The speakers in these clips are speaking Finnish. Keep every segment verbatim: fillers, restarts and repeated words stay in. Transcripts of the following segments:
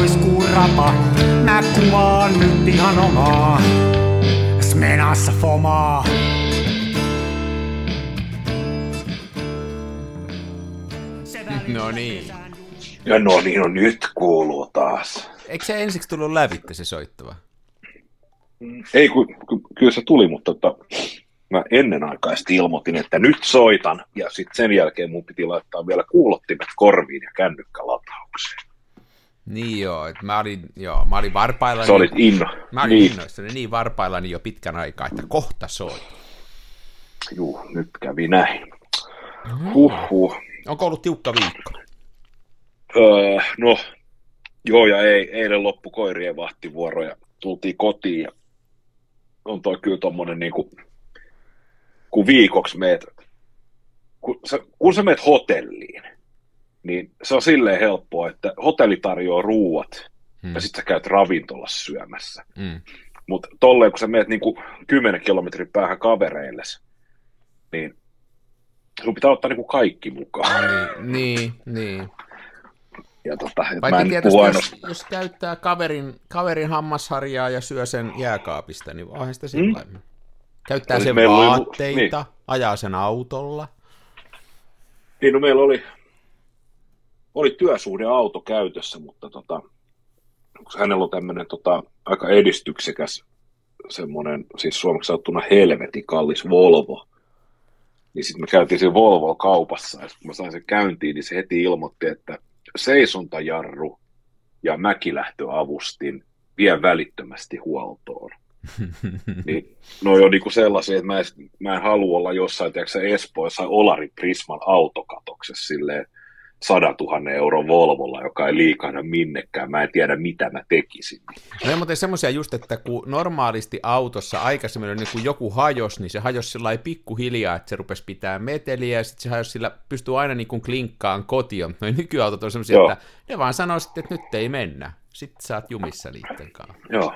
iskuu rapa. Mä kuvaan nyt ihan omaa Smenassa fomaa. No niin. Ja no niin, no nyt kuuluu taas. Eikö se ensiksi tullut lävitte se soittava? Ei, ky- ky- kyllä se tuli, mutta tota, mä ennenaikaisesti ilmoitin, että nyt soitan. Ja sitten sen jälkeen mun piti laittaa vielä kuulottimet korviin ja kännykkälataukseen. Niin joo, että mä olin, joo, mä olin varpaillani. Sä olit inno. Mä olin niin. innoissani niin varpaillani jo pitkän aikaa, että kohta soi. Juu, nyt kävi näin. Huhhuh. Onko ollut tiukka viikko? Öö, no, joo ja ei. Eilen loppu koirien vahtivuoro ja tultiin kotiin ja on toi kyllä tommonen niinku, kun viikoksi meet, kun sä, kun sä meet hotelliin, niin se on silleen helppoa, että hotelli tarjoaa ruuat hmm. ja sit sä käyt ravintolassa syömässä. Hmm. Mutta tolleen, kun sä meet niinku kymmenen kilometrin päähän kavereilles, niin sun pitää ottaa niinku kaikki mukaan. Niin, niin. niin. Ja tota, Paitsi tietysti, jos, jos käyttää kaverin, kaverin hammasharjaa ja syö sen jääkaapista, niin onhan sitä sillä mm. Käyttää sen vaatteita, oli, niin. ajaa sen autolla. Niin, no meillä oli, oli työsuhdeauto käytössä, mutta tota, hänellä on tämmöinen tota, aika edistyksekäs semmoinen, siis suomeksi sanottuna helvetin kallis Volvo. Niin sitten me käytiin siinä Volvo kaupassa, ja kun mä sain sen käyntiin, niin se heti ilmoitti, että seisontajarru ja mäkilähtöavustin vie välittömästi huoltoon. Niin, no on niinku sellaisia, että mä en, mä en halua olla jossain, tiedätkö, Espoossa Olari Prisman autokatoksessa silleen sadatuhannen euron Volvolla, joka ei liikahda minnekään. Mä en tiedä, mitä mä tekisin. No ei, mutta semmoisia just, että kun normaalisti autossa aikaisemmin on niin kun joku hajos, niin se hajosi sillä lailla pikkuhiljaa, että se rupesi pitää meteliä, ja sitten se hajosi sillä, pystyy aina niin kuin klinkkaan kotiin. No nykyautot on semmoisia, että ne vaan sanoo sitten, että nyt ei mennä. Sitten sä oot jumissa niitten kanssa. Joo.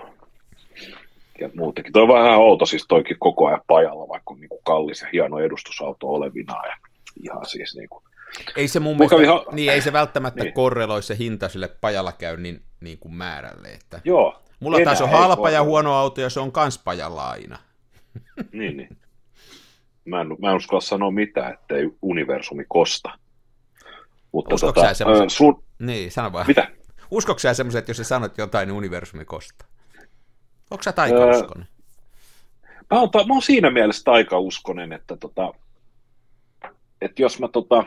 Ja muutenkin. Toi on vähän outo, siis toikin koko ajan pajalla, vaikka on niin kuin kallis ja hieno edustusauto olevinaan. Ja ihan siis niin kuin Ei se mun mielestä, ha- niin ei se välttämättä niin. korreloi se hinta sille pajalla käy niin, niin kuin määrälle. Että Joo. Mulla enää taas on halpa ja huono auto ja se on kans pajalla aina. Niin, niin. Mä en, mä en uskalla sanoa mitään, ettei universumi kosta. Mutta Uskotko tota, sä semmoset, sun... niin, sano vaan. Mitä? Uskotko sä semmoiset, että jos sä sanot jotain, niin universumi kostaa? Onko sä taikauskonen? Öö, mä, oon, mä oon siinä mielessä taikauskonen, että tota, että jos mä tota,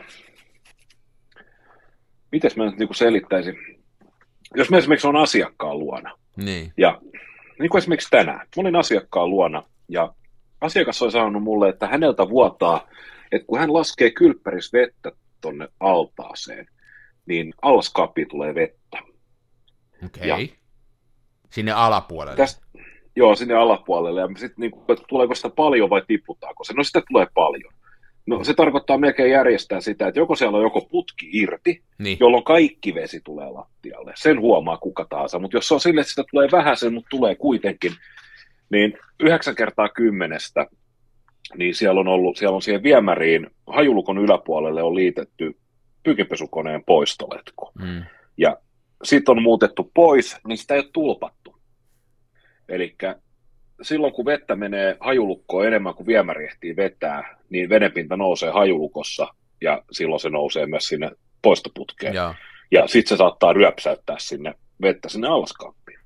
mites mä nyt niinku selittäisin, jos mä esimerkiksi on asiakkaan luona, niin. ja niin kuin esimerkiksi tänään, mä olin asiakkaan luona, ja asiakas oli sanonut mulle, että häneltä vuotaa, että kun hän laskee kylppäris vettä tonne altaaseen, niin alaskaappiin tulee vettä. Okei. Okay. Sinne alapuolelle. Tästä, joo, sinne alapuolelle, ja sitten niinku, tuleeko sitä paljon vai tiputaako se? No sitä tulee paljon. No se tarkoittaa melkein järjestää sitä, että joko siellä on joko putki irti, niin. jolloin kaikki vesi tulee lattialle. Sen huomaa kuka tahansa, mutta jos se on silleen, että sitä tulee vähäsen, mutta tulee kuitenkin, niin yhdeksän kertaa kymmenestä, niin siellä on ollut, siellä on siihen viemäriin, hajulukon yläpuolelle on liitetty pyykinpesukoneen poistoletku. Mm. Ja sitten on muutettu pois, niin sitä ei ole tulpattu. Elikkä silloin kun vettä menee hajulukkoon enemmän kuin viemäri ehtii vetää, niin vedenpinta nousee hajulukossa ja silloin se nousee myös sinne poistoputkeen. Ja, ja sitten se saattaa ryöpsäyttää sinne vettä sinne alaskaappiin.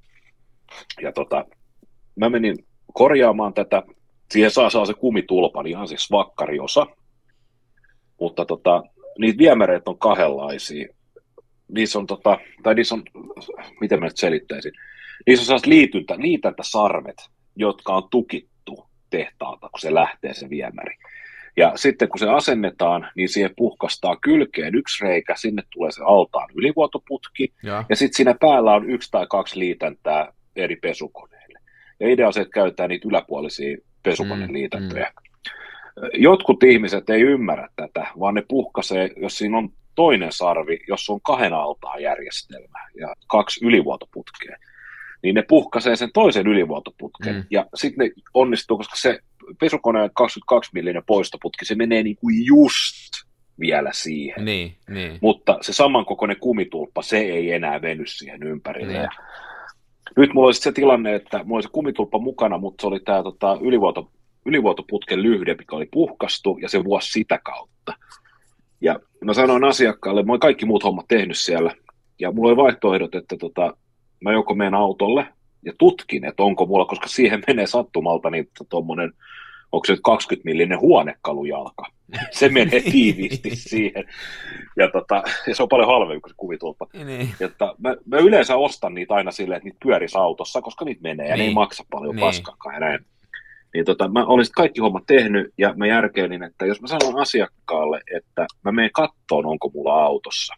Ja tota, mä menin korjaamaan tätä. Siihen saa, saa se kumitulpan, ihan siis vakkariosa. Mutta tota, niitä viemäreitä on kahdenlaisia. Niissä on, tota, tai niissä on, miten mä nyt selittäisin, niissä on sellaiset liityntä, liitäntäsarvet, jotka on tukittu tehtaalta, kun se lähtee se viemäri. Ja sitten kun se asennetaan, niin siihen puhkastaa kylkeen yksi reikä, sinne tulee se altaan ylivuotoputki, ja, ja sitten siinä päällä on yksi tai kaksi liitäntää eri pesukoneille. Ja idea on se, että käytetään niitä yläpuolisia pesukoneliitäntöjä. Mm, mm. Jotkut ihmiset ei ymmärrä tätä, vaan ne puhkaisee, jos siinä on toinen sarvi, jos on kahden altaan järjestelmä ja kaksi ylivuotoputkea, niin ne puhkaisee sen toisen ylivuotoputken, mm. ja sitten ne onnistuu, koska se pesukoneen kaksikymmentäkaksi millinen poistoputki, se menee niin kuin just vielä siihen. Niin, niin. Mutta se samankokoinen kumitulppa, se ei enää veny siihen ympärille. Niin. Nyt mulla oli se tilanne, että mulla oli se kumitulppa mukana, mutta se oli tämä tota, ylivuoto, ylivuotoputken lyhde, mikä oli puhkastu, ja se vuosi sitä kautta. Ja mä sanoin asiakkaalle, mä oon kaikki muut hommat tehnyt siellä, ja mulla oli vaihtoehdot, että tota, mä joko menen autolle ja tutkin, että onko mulla, koska siihen menee sattumalta niin tuommoinen, onko se nyt kaksikymmentä millinen huonekalujalka. Se menee tiiviisti siihen. Ja, tota, ja se on paljon halvempi kuin se kumitulppa. Niin. Että mä, mä yleensä ostan niitä aina silleen, että niitä pyörisi autossa, koska niitä menee ja niin. ne ei maksa paljon niin. paskakaan ja näin. Niin tota, mä olisin kaikki hommat tehnyt ja mä järkeilin, että jos mä sanon asiakkaalle, että mä menen kattoon, onko mulla autossa.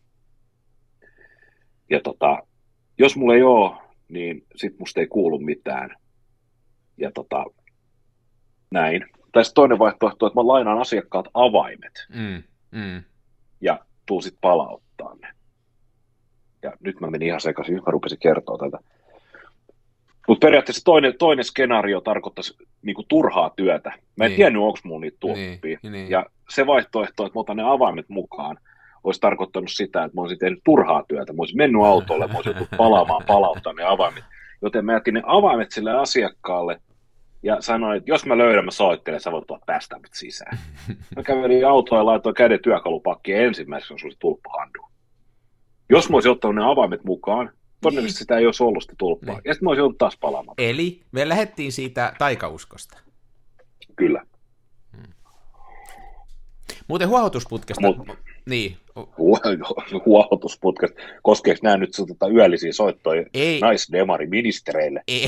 Ja tota, jos mulla ei ole, niin sit musta ei kuulu mitään. Ja tota, näin. Tai sitten toinen vaihtoehto, että mä lainaan asiakkaat avaimet. Mm, mm. Ja tuu sit palauttaa ne. Ja nyt mä menin ihan sekaisin, mä rupesin kertoa tätä. Mutta periaatteessa toinen, toinen skenaario tarkoittaisi niinku turhaa työtä. Mä en niin. tiennyt, onko mulla niitä tuoppia. Niin, niin. Ja se vaihtoehto, että mä otan ne avaimet mukaan, olisi tarkoittanut sitä, että mä olisin tehnyt turhaa työtä. Mä olisin mennyt autolle, mä olisin joutunut palaamaan, palauttaa ne avaimet. Joten mä jätin ne avaimet sille asiakkaalle ja sanoin, että jos mä löydän, mä soittelen, sä voit tulla päästä mut sisään. Mä kävelin autoon ja laitoin käden työkalupakkiin ja ensimmäiseksi on sulla tulppahandu. Jos mä olisin ottanut ne avaimet mukaan, todennäköisesti sitä ei olisi ollut sitä tulppaa. Niin. Ja sitten mä olisin ollut taas palaamaan. Eli me lähdettiin siitä taikauskosta. Kyllä. Hmm. Muuten huohotusputkesta. Mut, niin. Huohotusputkesta. Koskeeko nämä nyt tota yöllisiä soittoja ei. naisdemariministereille? Ei.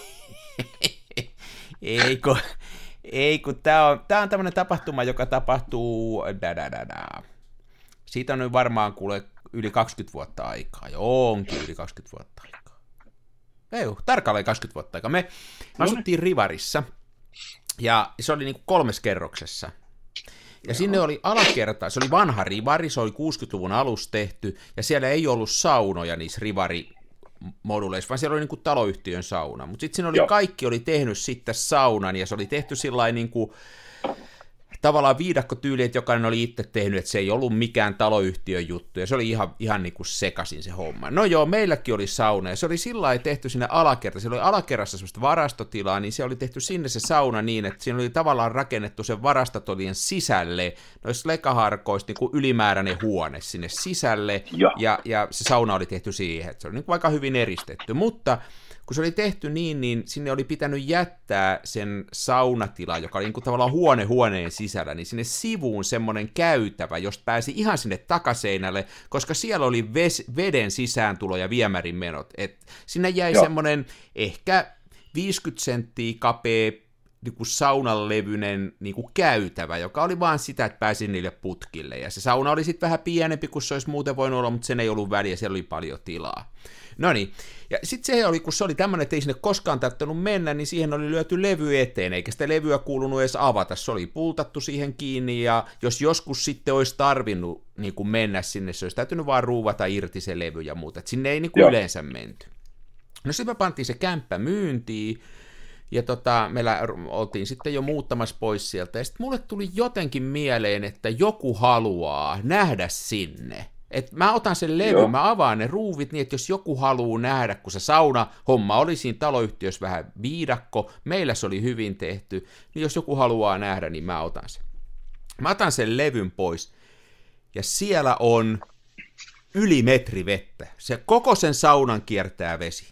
Ei kun, ei kun tämä on, tää on tämmöinen tapahtuma, joka tapahtuu, da, da, da, da. Siitä on nyt varmaan kuule yli kaksikymmentä vuotta aikaa, jo onkin yli kaksikymmentä vuotta aikaa. Ei ole, tarkalleen kaksikymmentä vuotta aikaa. Me no. asuttiin Rivarissa, ja se oli niinku kolmes kerroksessa. Ja sinne oli alakerta, se oli vanha Rivari, se oli kuusikymmentäluvun alussa tehty, ja siellä ei ollut saunoja niissä Rivari moduleissa, vaan siellä oli niin kuin taloyhtiön sauna. Mutta sitten siinä oli, kaikki oli tehnyt sitten saunan, ja se oli tehty sillain niin kuin tavallaan viidakkotyyli, että jokainen oli itse tehnyt, että se ei ollut mikään taloyhtiön juttu, ja se oli ihan, ihan niin kuin sekaisin se homma. No joo, meilläkin oli sauna, ja se oli sillä lailla tehty sinne alakerta, siellä oli alakerrassa semmoista varastotilaa, niin se oli tehty sinne se sauna niin, että siinä oli tavallaan rakennettu sen varastotolien sisälle, noissa lekaharkoista niin kuin ylimääräinen huone sinne sisälle, ja, ja, ja se sauna oli tehty siihen, että se oli niin kuin aika hyvin eristetty, mutta kun se oli tehty niin, niin sinne oli pitänyt jättää sen saunatila, joka oli niin kuin tavallaan huone huoneen sisällä, niin sinne sivuun semmoinen käytävä, josta pääsi ihan sinne takaseinälle, koska siellä oli ves, veden sisääntulo ja viemärin menot. Et sinne jäi Joo. semmoinen ehkä viisikymmentä senttiä kapea niin kuin saunalevyinen niin kuin käytävä, joka oli vaan sitä, että pääsi niille putkille. Ja se sauna oli sitten vähän pienempi kuin se olisi muuten voinut olla, mutta sen ei ollut väliä, siellä oli paljon tilaa. No niin, ja sitten se oli, kun se oli tämmöinen, että ei sinne koskaan tarttunut mennä, niin siihen oli lyöty levy eteen, eikä sitä levyä kuulunut edes avata, se oli pultattu siihen kiinni, ja jos joskus sitten olisi tarvinnut niin kuin mennä sinne, se olisi täytynyt vaan ruuvata irti se levy ja muuta, että sinne ei niin kuin yleensä menty. No sitten me pantiin se kämppä myyntiin, ja tota, meillä oltiin sitten jo muuttamassa pois sieltä, ja sitten mulle tuli jotenkin mieleen, että joku haluaa nähdä sinne. Et mä otan sen levyn, Joo. mä avaan ne ruuvit niin, että jos joku haluaa nähdä, kun se sauna-homma oli siinä taloyhtiössä vähän viidakko, meillä se oli hyvin tehty, niin jos joku haluaa nähdä, niin mä otan sen. Mä otan sen levyn pois, ja siellä on yli metri vettä. Se koko sen saunan kiertää vesi.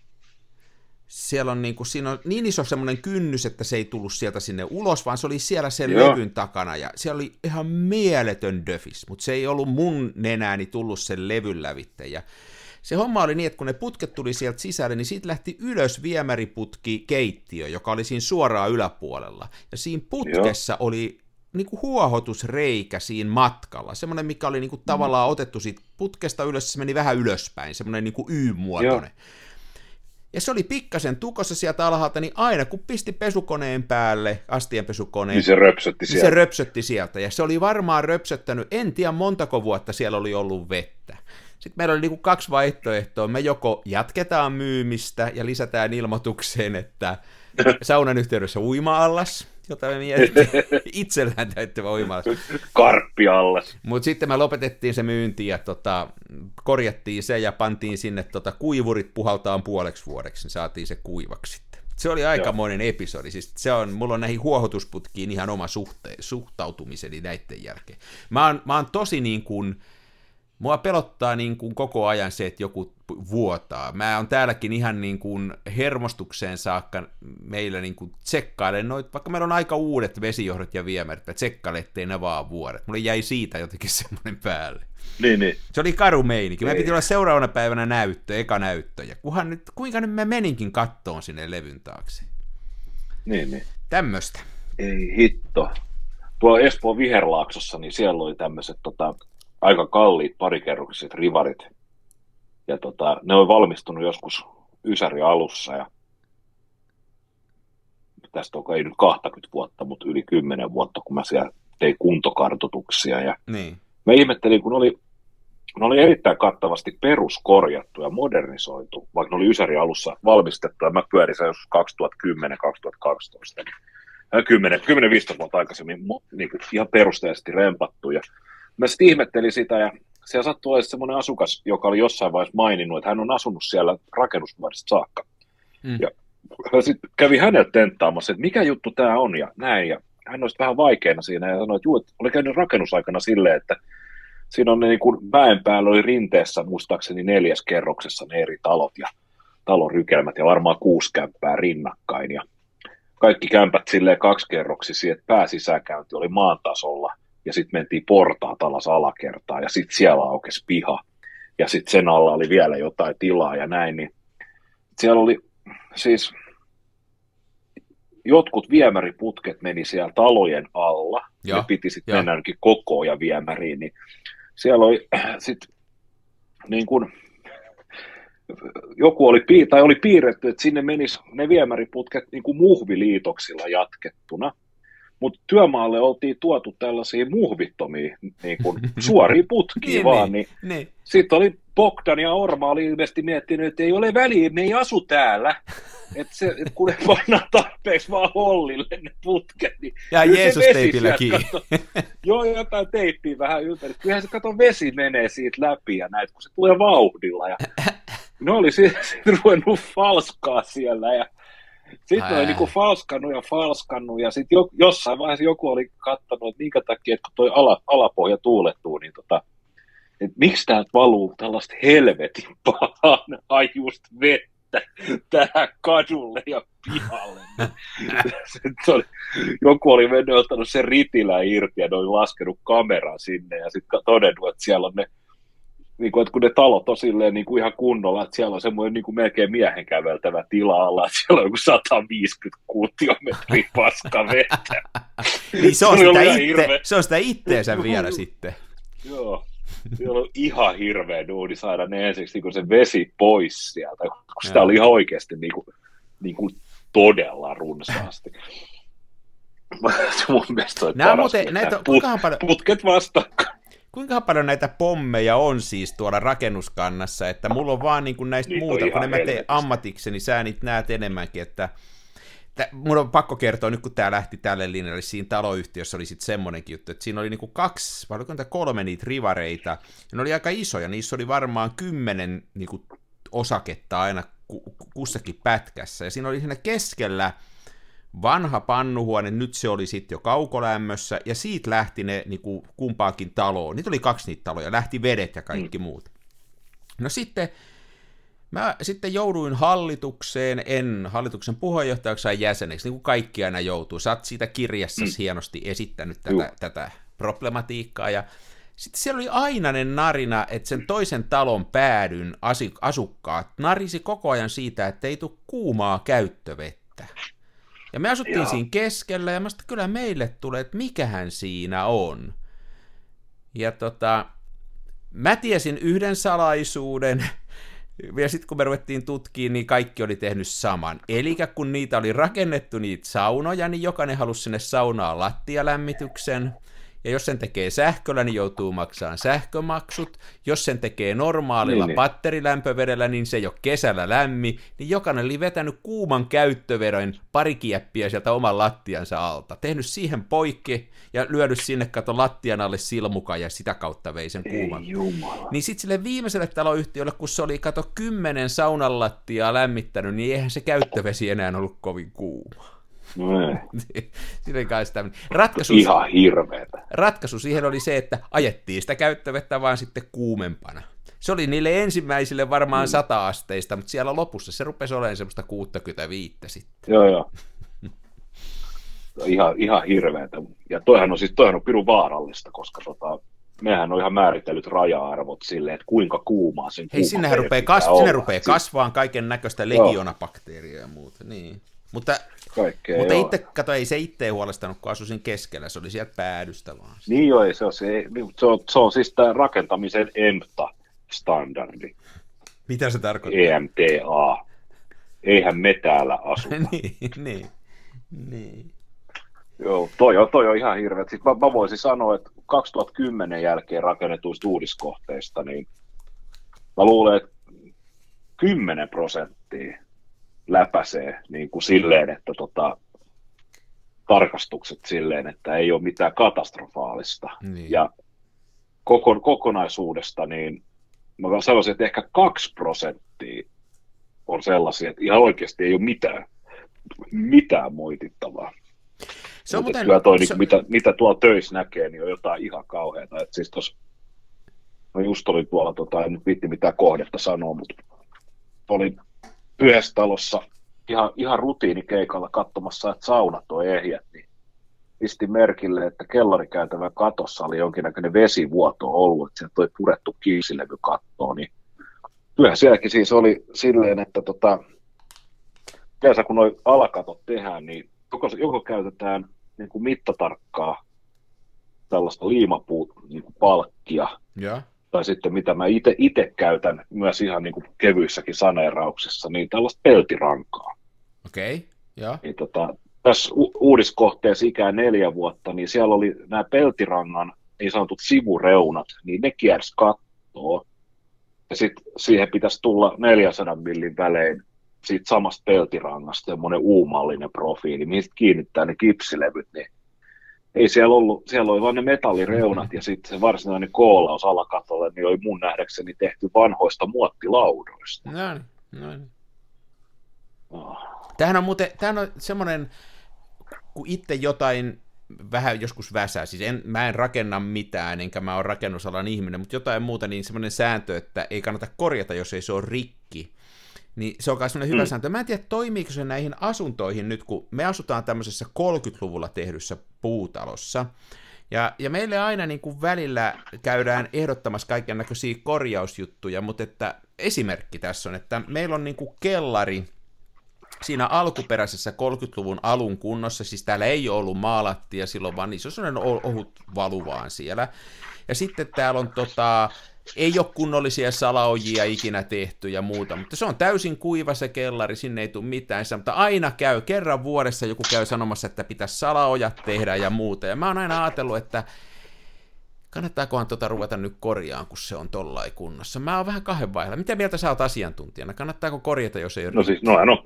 Siellä on niin, kuin, siinä on niin iso semmoinen kynnys, että se ei tullut sieltä sinne ulos, vaan se oli siellä sen Joo. levyn takana, ja siellä oli ihan mieletön döfis, mutta se ei ollut mun nenääni tullut sen levyn lävitse, ja se homma oli niin, että kun ne putket tuli sieltä sisälle, niin siitä lähti ylös viemäriputki keittiö, joka oli siinä suoraan yläpuolella, ja siinä putkessa Joo. oli niin kuin huohotusreikä siinä matkalla, semmoinen, mikä oli niin kuin tavallaan otettu siitä putkesta ylös, se meni vähän ylöspäin, semmoinen niin kuin Y-muotoinen. Joo. Ja se oli pikkasen tukossa sieltä alhaalta, niin aina kun pisti pesukoneen päälle, astianpesukoneen, niin se röpsötti niin sieltä. se röpsötti sieltä. Ja se oli varmaan röpsöttänyt, en tiedä montako vuotta siellä oli ollut vettä. Sitten meillä oli niinku kaksi vaihtoehtoa. Me joko jatketaan myymistä ja lisätään ilmoitukseen, että saunan yhteydessä uima-allas, jota me mietittiin itsellään täyttävä uima-alas. Karppi alle. Mutta sitten me lopetettiin se myynti ja tota, korjattiin se ja pantiin sinne tota, kuivurit puhaltaan puoleksi vuodeksi, niin saatiin se kuivaksi sitten. Se oli aikamoinen Joo. episodi. Siis se on, mulla on näihin huohotusputkiin ihan oma suhte, suhtautumiseni näiden jälkeen. Mä oon, mä oon tosi niin kuin, mua pelottaa niin kuin koko ajan se, että joku vuotaa. Mä oon täälläkin ihan niin kuin hermostukseen saakka meillä niin kuin tsekkailen noit, vaikka meillä on aika uudet vesijohdot ja viemärit, mä tsekkailen, ettei ne vaan vuodet. Mulle jäi siitä jotenkin semmoinen päälle. Niin, niin. Se oli karu meininki. Mä piti olla seuraavana päivänä näyttö, eka näyttö. Ja kuhan nyt, kuinka nyt mä meninkin kattoon sinne levyn taakse. Niin, niin. Tämmöstä. Ei hitto. Tuolla Espoon Viherlaaksossa, niin siellä oli tämmöiset tota, aika kalliit parikerroksiset rivarit. Ja tota, ne oli valmistunut joskus Ysäri alussa. Ja tästä on ei nyt kaksikymmentä vuotta, mutta yli kymmenen vuotta, kun mä siellä tein kuntokartoituksia. Ja niin. mä ihmettelin, kun ne oli, ne oli erittäin kattavasti peruskorjattu ja modernisoitu, vaikka ne oli Ysäri alussa valmistettu, ja mä pyörin sen joskus kaksituhattakymmenen kaksituhattakaksitoista. kymmenen viisitoista vuotta aikaisemmin niin ihan perusteellisesti rempattu. Ja mä sitten ihmettelin sitä, ja siellä sattui olla semmoinen asukas, joka oli jossain vaiheessa maininnut, että hän on asunut siellä rakennusvuodesta saakka. Mm. Ja sitten kävi häneltä tenttaamassa, että mikä juttu tämä on, ja näin, ja hän olisi vähän vaikeana siinä, ja sanoi, että juu, että oli käynyt rakennusaikana silleen, että siinä on ne niin kuin väen päällä oli rinteessä, muistaakseni neljäs kerroksessa ne eri talot ja talon rykelmät, ja varmaan kuusi kämppää rinnakkain, ja kaikki kämpät silleen kaksikerroksisia, että pääsisäkäynti oli maan tasolla, ja sitten mentiin portaat alas alakertaan, ja sitten siellä aukesi piha, ja sitten sen alla oli vielä jotain tilaa ja näin, niin siellä oli siis jotkut viemäriputket meni siellä talojen alla, ja ne piti sitten mennä ainakin kokoon ja viemäriin, niin siellä oli sitten niin kuin joku oli, tai oli piirretty, että sinne menisi ne viemäriputket niin kuin muhviliitoksilla jatkettuna, mutta työmaalle oltiin tuotu tällaisia muhvittomia niin kuin suoria putkia niin, vaan, niin, niin. Sitten oli Bogdan ja Orma oli ilmeisesti miettinyt, että ei ole väliä, me ei asu täällä, että et kun ne pannaan tarpeeksi vaan hollille ne putket, niin ja Jeesus-teipillä kiinni. Joo, jotain teippiä vähän ympäri. Kyllähän se kato vesi menee siitä läpi ja näet, kun se tulee vauhdilla. Ja ne oli sitten ruvennut falskaa siellä ja sitten oli niinku falskannut ja falskannut ja sitten jo, jossain vaiheessa joku oli kattanut, että minkä takia, että kun toi ala, alapohja tuulettuu, niin tota, että miksi täältä valuu tällaista helvetin pahan ajusta vettä tähän kadulle ja pihalle. oli, joku oli mennyt ottanut sen ritilän irti ja ne oli laskenut kameran sinne ja sitten todennut, että siellä on ne, niin kuin, että kun ne talot on silleen niin kuin ihan kunnolla, että siellä on semmoinen niin kuin melkein miehen käveltävä tila alla, että siellä on joku sata viisikymmentä kuutiometriä paskavettä. Niin se on, sitä itse, se on sitä itteensä vielä sitten. Joo. Siellä on ihan hirveä duuni saada ne ensiksi niin se vesi pois sieltä, kun sitä oli ihan oikeasti niin kuin, niin kuin todella runsaasti. Mun mielestä on paras, muuten, näitä, put, paljon, putket vastakkain. Kuinka paljon näitä pommeja on siis tuolla rakennuskannassa, että mulla on vaan niin kuin näistä niitä muuta, kun mä teen ammatikseni, sä niitä näet enemmänkin, että mun on pakko kertoa, nyt kun tää lähti tälle linjalle, siinä taloyhtiössä oli sitten semmoinenkin juttu, että siinä oli niinku kaksi, vai oliko niitä kolme niitä rivareita, ja ne oli aika isoja, niissä oli varmaan kymmenen niinku osaketta aina kussakin pätkässä, ja siinä oli siinä keskellä vanha pannuhuone, nyt se oli sitten jo kaukolämmössä, ja siitä lähti ne niinku kumpaakin taloon, niitä oli kaksi niitä taloja, lähti vedet ja kaikki mm. muut. No sitten mä sitten jouduin hallitukseen, en hallituksen puheenjohtajaksi tai jäseneksi, niin kuin kaikki aina joutuu. Sä oot siitä kirjassa mm. hienosti esittänyt tätä, tätä problematiikkaa, ja sitten siellä oli ainainen narina, että sen toisen talon päädyn asukkaat narisi koko ajan siitä, että ei tule kuumaa käyttövettä. Ja me asuttiin Joo. siinä keskellä, ja mä sanoin, kyllä meille tulee, että mikähän siinä on. Ja tota, mä tiesin yhden salaisuuden, ja sitten kun me ruvettiin tutkimaan, niin kaikki oli tehnyt saman. Eli kun niitä oli rakennettu niitä saunoja, niin jokainen halusi sinne saunaan lattialämmityksen. ja jos sen tekee sähköllä, niin joutuu maksamaan sähkömaksut, jos sen tekee normaalilla niin, batterilämpövedellä, niin se ei ole kesällä lämmin, niin jokainen oli vetänyt kuuman käyttöveron pari kieppiä sieltä oman lattiansa alta, tehnyt siihen poikki ja lyönyt sinne kato lattian alle silmukan ja sitä kautta vei sen kuuman. Niin sitten sille viimeiselle taloyhtiölle, kun se oli kato kymmenen saunan lattiaa lämmittänyt, niin eihän se käyttövesi enää ollut kovin kuuma. No ratkaisu, ihan hirveetä. Ratkaisu siihen oli se, että ajettiin sitä käyttövettä vaan sitten kuumempana. Se oli niille ensimmäisille varmaan mm. sata asteista, mutta siellä lopussa se rupesi olemaan semmoista kuusikymmentäviisi sitten. Joo, joo. ihan, ihan hirveätä. Ja toihan on siis toihan on pirun vaarallista, koska tota, mehän on ihan määritellyt raja-arvot silleen, että kuinka kuumaa sen Hei, sinnehän rupeaa, kasv- sinne rupeaa kasvaan kaiken näköistä legionabakteeria ja muuta, niin. Mutta, mutta itse, kato, ei se itse huolestanut, kun asuisin keskellä, se oli sieltä päädystä vaan. Niin joo, se on, se, se on, se on siis tämä rakentamisen E M T A-standardi. Mitä se tarkoittaa? E M T A. Eihän me täällä asu. niin, niin, niin. Joo, toi on, toi on ihan hirveä. Sitten mä, mä voisin sanoa, että kaksituhattakymmenen jälkeen rakennetuista uudiskohteista, niin mä luulen, että kymmenen prosenttia läpäisee niin kuin silleen, että tota, tarkastukset silleen, että ei ole mitään katastrofaalista. Niin. Ja koko, kokonaisuudesta, niin mä sanoisin, että ehkä kaksi prosenttia on sellaisia, että ihan oikeasti ei ole mitään, mitään moitittavaa. Se on muuten, kyllä toi, se... niin, mitä, mitä tuolla töissä näkee, niin on jotain ihan kauheata. Että siis tos, no just oli tuolla, tota, en nyt viitti mitään kohdetta sanoa, mutta olin yhdessä talossa ihan, ihan rutiinikeikalla katsomassa, että saunat on ehjät, niin pistin merkille, että kellarikäytävän katossa oli jonkinnäköinen vesivuoto ollut, että sieltä toi purettu kiisilevy kattoon, niin kyllähän sielläkin siis oli silleen, että tota, yleensä kun noi alakatot tehdään, niin joko, joko käytetään niin kuin mittatarkkaa tällaista liimapuupalkkia, yeah. tai sitten mitä mä itse käytän myös ihan niin kuin kevyissäkin saneerauksissa, niin tällaista peltirankaa. Okei, okay. yeah. niin, tota, tässä u- uudiskohteessa ikään neljä vuotta, niin siellä oli nämä peltirangan niin sanotut sivureunat, niin ne kiersi kattoa, ja sitten siihen pitäisi tulla neljänsadan millin välein siitä samasta peltirangasta semmoinen uumallinen profiili, mihin kiinnittää ne kipsilevyt, niin ei siellä ollut, siellä oli vain ne metallireunat ja sitten se varsinainen koolaus alakatolle, niin oli mun nähdäkseni tehty vanhoista muottilaudoista. No niin, no niin. Oh. Tämähän on muuten, tämähän on semmoinen, kun itse jotain vähän joskus väsää, siis en, mä en rakenna mitään, enkä mä ole rakennusalan ihminen, mutta jotain muuta, niin semmoinen sääntö, että ei kannata korjata, jos ei se ole rikki. Niin se on myös sellainen hyvä mm. sääntö. Mä en tiedä, toimiiko se näihin asuntoihin nyt, kun me asutaan tämmöisessä kolmekymmentäluvulla tehdyssä puutalossa, ja, ja meille aina niin kuin välillä käydään ehdottamassa kaiken näköisiä korjausjuttuja, mutta että esimerkki tässä on, että meillä on niin kuin kellari siinä alkuperäisessä kolmekymmentäluvun alun kunnossa, siis täällä ei ole ollut maalattia silloin, vaan niissä on sellainen ohut valu vaan siellä, ja sitten täällä on tota... ei ole kunnollisia salaojia ikinä tehty ja muuta, mutta se on täysin kuiva se kellari, sinne ei tule mitään, mutta aina käy, kerran vuodessa joku käy sanomassa, että pitäisi salaojat tehdä ja muuta, ja mä oon aina ajatellut, että kannattaakohan tota ruveta nyt korjaan, kun se on tollain kunnossa. Mä oon vähän kahden vaihella. Mitä mieltä sä oot asiantuntijana? Kannattaako korjata, jos ei ole? No siis, no, no.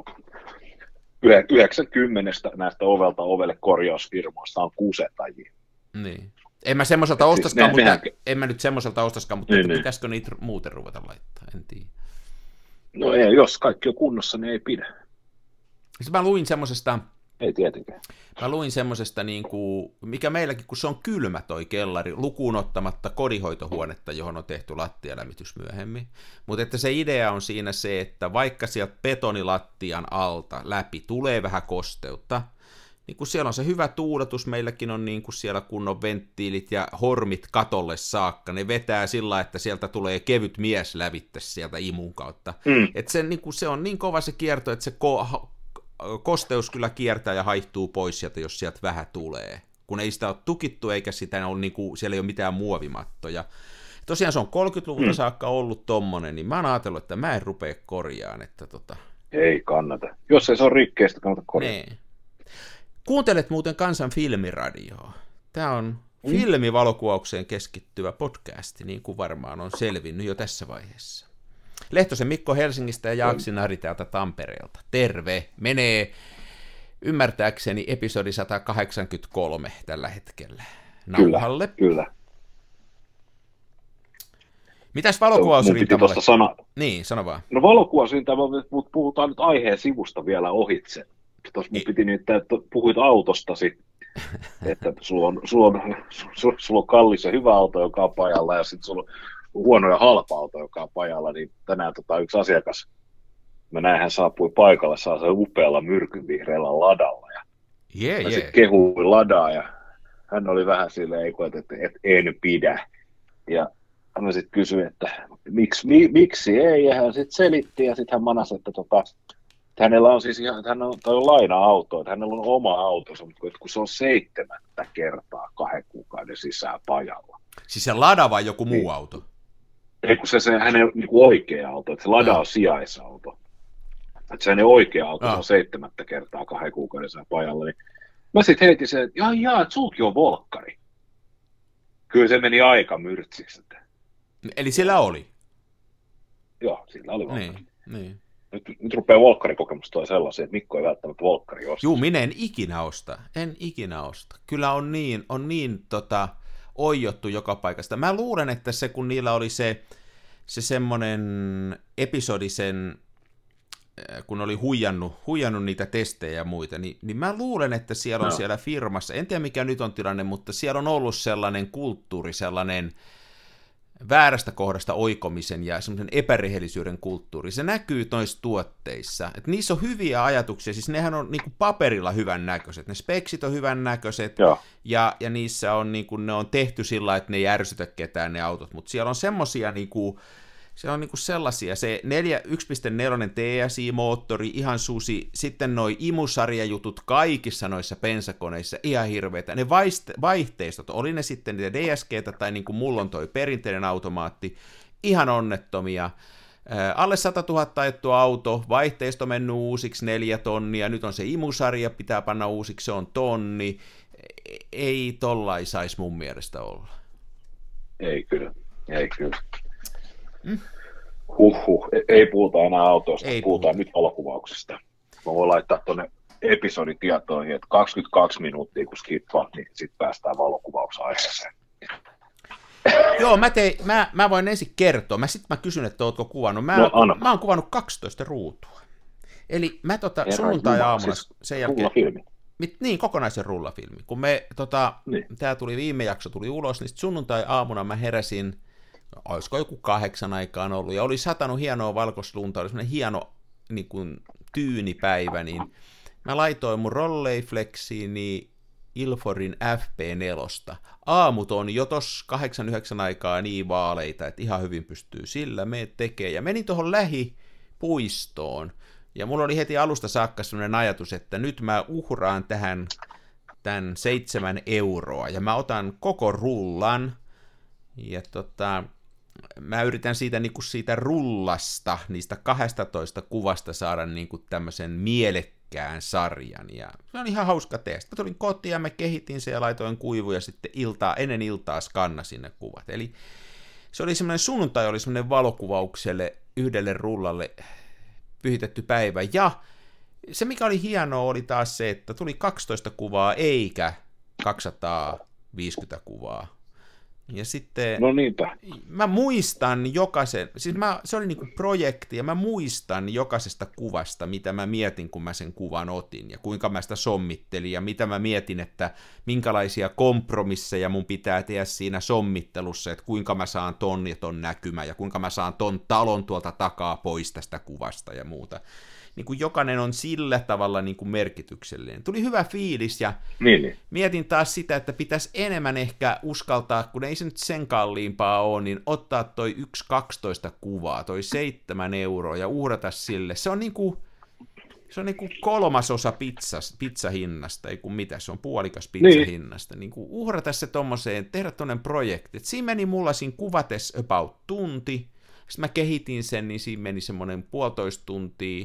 yhdeksänkymmentä näistä ovelta ovelle korjausfirmoista on kusetajia. Niin. En mä semmoiselta ostaskaan, siis mutta, en mä nyt semmoiselta ostaskaan, mutta niin, pitäisikö niitä muuten ruveta laittaa, en tiedä. No ei, jos kaikki on kunnossa, niin ei pidä. Siis mä luin semmoisesta, ei tietenkään. Mä luin semmoisesta, niin kuin, mikä meilläkin, kun se on kylmä toi kellari, lukuun ottamatta kodinhoitohuonetta, johon on tehty lattialämmitys myöhemmin, mutta että se idea on siinä se, että vaikka sieltä betonilattian alta läpi tulee vähän kosteutta, niin kun siellä on se hyvä tuuletus, meilläkin on niin kuin siellä kunnon venttiilit ja hormit katolle saakka, ne vetää sillä, että sieltä tulee kevyt mies lävittä sieltä imun kautta. Mm. Että se, niin kuin, se on niin kova se kierto, että se ko- kosteus kyllä kiertää ja haihtuu pois sieltä, jos sieltä vähän tulee. Kun ei sitä ole tukittu, eikä sitä ole, niin kuin, siellä ei ole mitään muovimattoja. Tosiaan se on kolmekymmentäluvulta mm. saakka ollut tommonen, niin mä oon ajatellut, että mä en rupea korjaan. Että tota... Ei kannata. Jos ei se ole rikkeistä, kannata korjaa. Nee. Kuuntelet muuten Kansan filmiradioa. Tämä on filmivalokuvaukseen keskittyvä podcasti, niin kuin varmaan on selvinnyt jo tässä vaiheessa. Lehtosen Mikko Helsingistä ja Jaaksin Ari täältä Tampereelta. Terve! Menee ymmärtääkseni episodi sata kahdeksankymmentäkolme tällä hetkellä nauhalle. Kyllä, kyllä. Mitäs valokuvausrintamalle? Sana... Niin, sano vaan. No valokuvausrintamalle, mutta puhutaan nyt aiheen sivusta vielä ohitse. Tuossa mun piti nyt, että puhuit autostasi, että sulla on, sulla, on, sulla, sulla on kallis ja hyvä auto, joka on pajalla, ja sitten sulla on huono ja halpa auto, joka on pajalla, niin tänään tota, yksi asiakas, mä näin, hän saapui paikalle, saa sen upealla myrkynvihreällä ladalla, ja yeah, mä yeah. sitten kehuin ladaa, ja hän oli vähän silleen, että, että, että en pidä, ja mä sitten kysyin, että miksi, mi, miksi ei, ja hän sitten selitti, ja sitten hän manasi, että tota, hänellä on siis ihan, hän on, toi on laina-auto, että hänellä on oma auto, mutta kun se on seitsemättä kertaa kahden kuukauden sisään pajalla. Siis se Lada vai joku muu niin, auto? Ei, kun se, se hänen niin kuin oikea auto, että se Lada on sijaisauto. Että se hänen oikea auto ah. on seitsemättä kertaa kahden kuukauden sisään pajalla. Niin mä sitten heitin sen, että jaa, jaa, että sulki on volkkari. Kyllä se meni aika myrtsiksi. Että... Eli sillä oli? Joo, sillä oli volkkari. Niin, niin. Nyt, nyt rupeaa volkkarikokemusta toi sellaisia, että Mikko ei välttämättä volkkari osta. Juu, minä en ikinä osta. En ikinä osta. Kyllä on niin, on niin tota, oijottu joka paikasta. Mä luulen, että se, kun niillä oli se, se semmoinen episodi sen, kun oli huijannut, huijannut niitä testejä ja muita, niin, niin mä luulen, että siellä on no. siellä firmassa, en tiedä mikä nyt on tilanne, mutta siellä on ollut sellainen kulttuuri, sellainen väärästä kohdasta oikomisen ja semmoisen epärehellisyyden kulttuuri. Se näkyy noissa tuotteissa. Et niissä on hyviä ajatuksia, siis nehän on niinku paperilla hyvän näköiset, ne speksit on hyvän näköiset, ja, ja niissä on, niinku, ne on tehty sillä, että ne ei ärsytä ketään ne autot, mutta siellä on semmosia niinku, siellä on niinku sellaisia, se yksi pilkku neljä T S I-moottori, ihan susi, sitten noi imusarjajutut kaikissa noissa bensakoneissa, ihan hirveitä, ne vaihteistot, oli ne sitten niitä D S G:tä tai niin kuin mulla on toi perinteinen automaatti, ihan onnettomia, ää, alle sata tuhatta ajettua auto, vaihteisto mennyt uusiksi neljä tonnia, nyt on se imusarja, pitää panna uusiksi, se on tonni, ei tollai saisi mun mielestä olla. Ei kyllä, ei kyllä. Mm. Huhhuh, ei puhuta enää autoista, ei puhutaan puhuta. Nyt valokuvauksesta. Mä voin laittaa tuonne episoditietoihin, että kaksikymmentäkaksi minuuttia kun skippaat, niin sitten päästään valokuvausaiheeseen. Joo, mä, tein, mä, mä voin ensin kertoa. Mä sitten mä kysyn, että ootko kuvannut. Mä, no, oon, mä oon kuvannut kaksitoista ruutua. Eli mä tota, sunnuntai-aamuna siis sen jälkeen... Rullafilmi. Mit, niin, kokonaisen rullafilmi. Kun me, tota, niin. tää tuli viime jakso, tuli ulos, niin sit sunnuntai-aamuna mä heräsin, olisiko joku kahdeksan aikaan ollut, ja oli satanut hienoa valkoislunta, oli semmoinen hieno niin kuin tyynipäivä, niin mä laitoin mun Rolleiflexiini Ilforin F P neljä. Aamut on jo tossa kahdeksan yhdeksän aikaa niin vaaleita, että ihan hyvin pystyy sillä me tekee. Ja menin tuohon lähipuistoon, ja mulla oli heti alusta saakka sellainen ajatus, että nyt mä uhraan tähän tämän seitsemän euroa, ja mä otan koko rullan, ja tota, mä yritän siitä, niin kuin siitä rullasta, niistä kahdestatoista kuvasta saada niin kuin tämmöisen mielekkään sarjan, ja se on ihan hauska tehdä. Sitten tulin kotiin, ja mä kehitin sen, ja laitoin kuivuja, ja sitten iltaa, ennen iltaa skannasin ne kuvat. Eli se oli semmoinen, sunnuntai oli semmoinen valokuvaukselle yhdelle rullalle pyhitetty päivä, ja se mikä oli hienoa oli taas se, että tuli kaksitoista kuvaa eikä kaksisataaviisikymmentä kuvaa. Ja sitten no niinpä. Mä muistan jokaisen, siis mä, se oli niinku projekti, ja mä muistan jokaisesta kuvasta, mitä mä mietin, kun mä sen kuvan otin, ja kuinka mä sitä sommittelin, ja mitä mä mietin, että minkälaisia kompromisseja mun pitää tehdä siinä sommittelussa, että kuinka mä saan ton ja ton näkymä, ja kuinka mä saan ton talon tuolta takaa pois tästä kuvasta ja muuta. Niin kuin jokainen on sillä tavalla niin kuin merkityksellinen. Tuli hyvä fiilis, ja niin, niin. mietin taas sitä, että pitäisi enemmän ehkä uskaltaa, kun ei se nyt sen kalliimpaa ole, niin ottaa toi yksi kaksitoista kuvaa, toi seitsemän euroa, ja uhrata sille. Se on niin kuin, se on niin kuin kolmasosa pizzas, pizzahinnasta, ei kun mitä, se on puolikas pizzahinnasta. Niin. Niin kuin uhrata se tommoseen, tehdä tonnen projekti. Et siinä meni mulla siinä kuvates about tunti, sitten mä kehitin sen, niin siinä meni semmoinen puolitoista tuntia.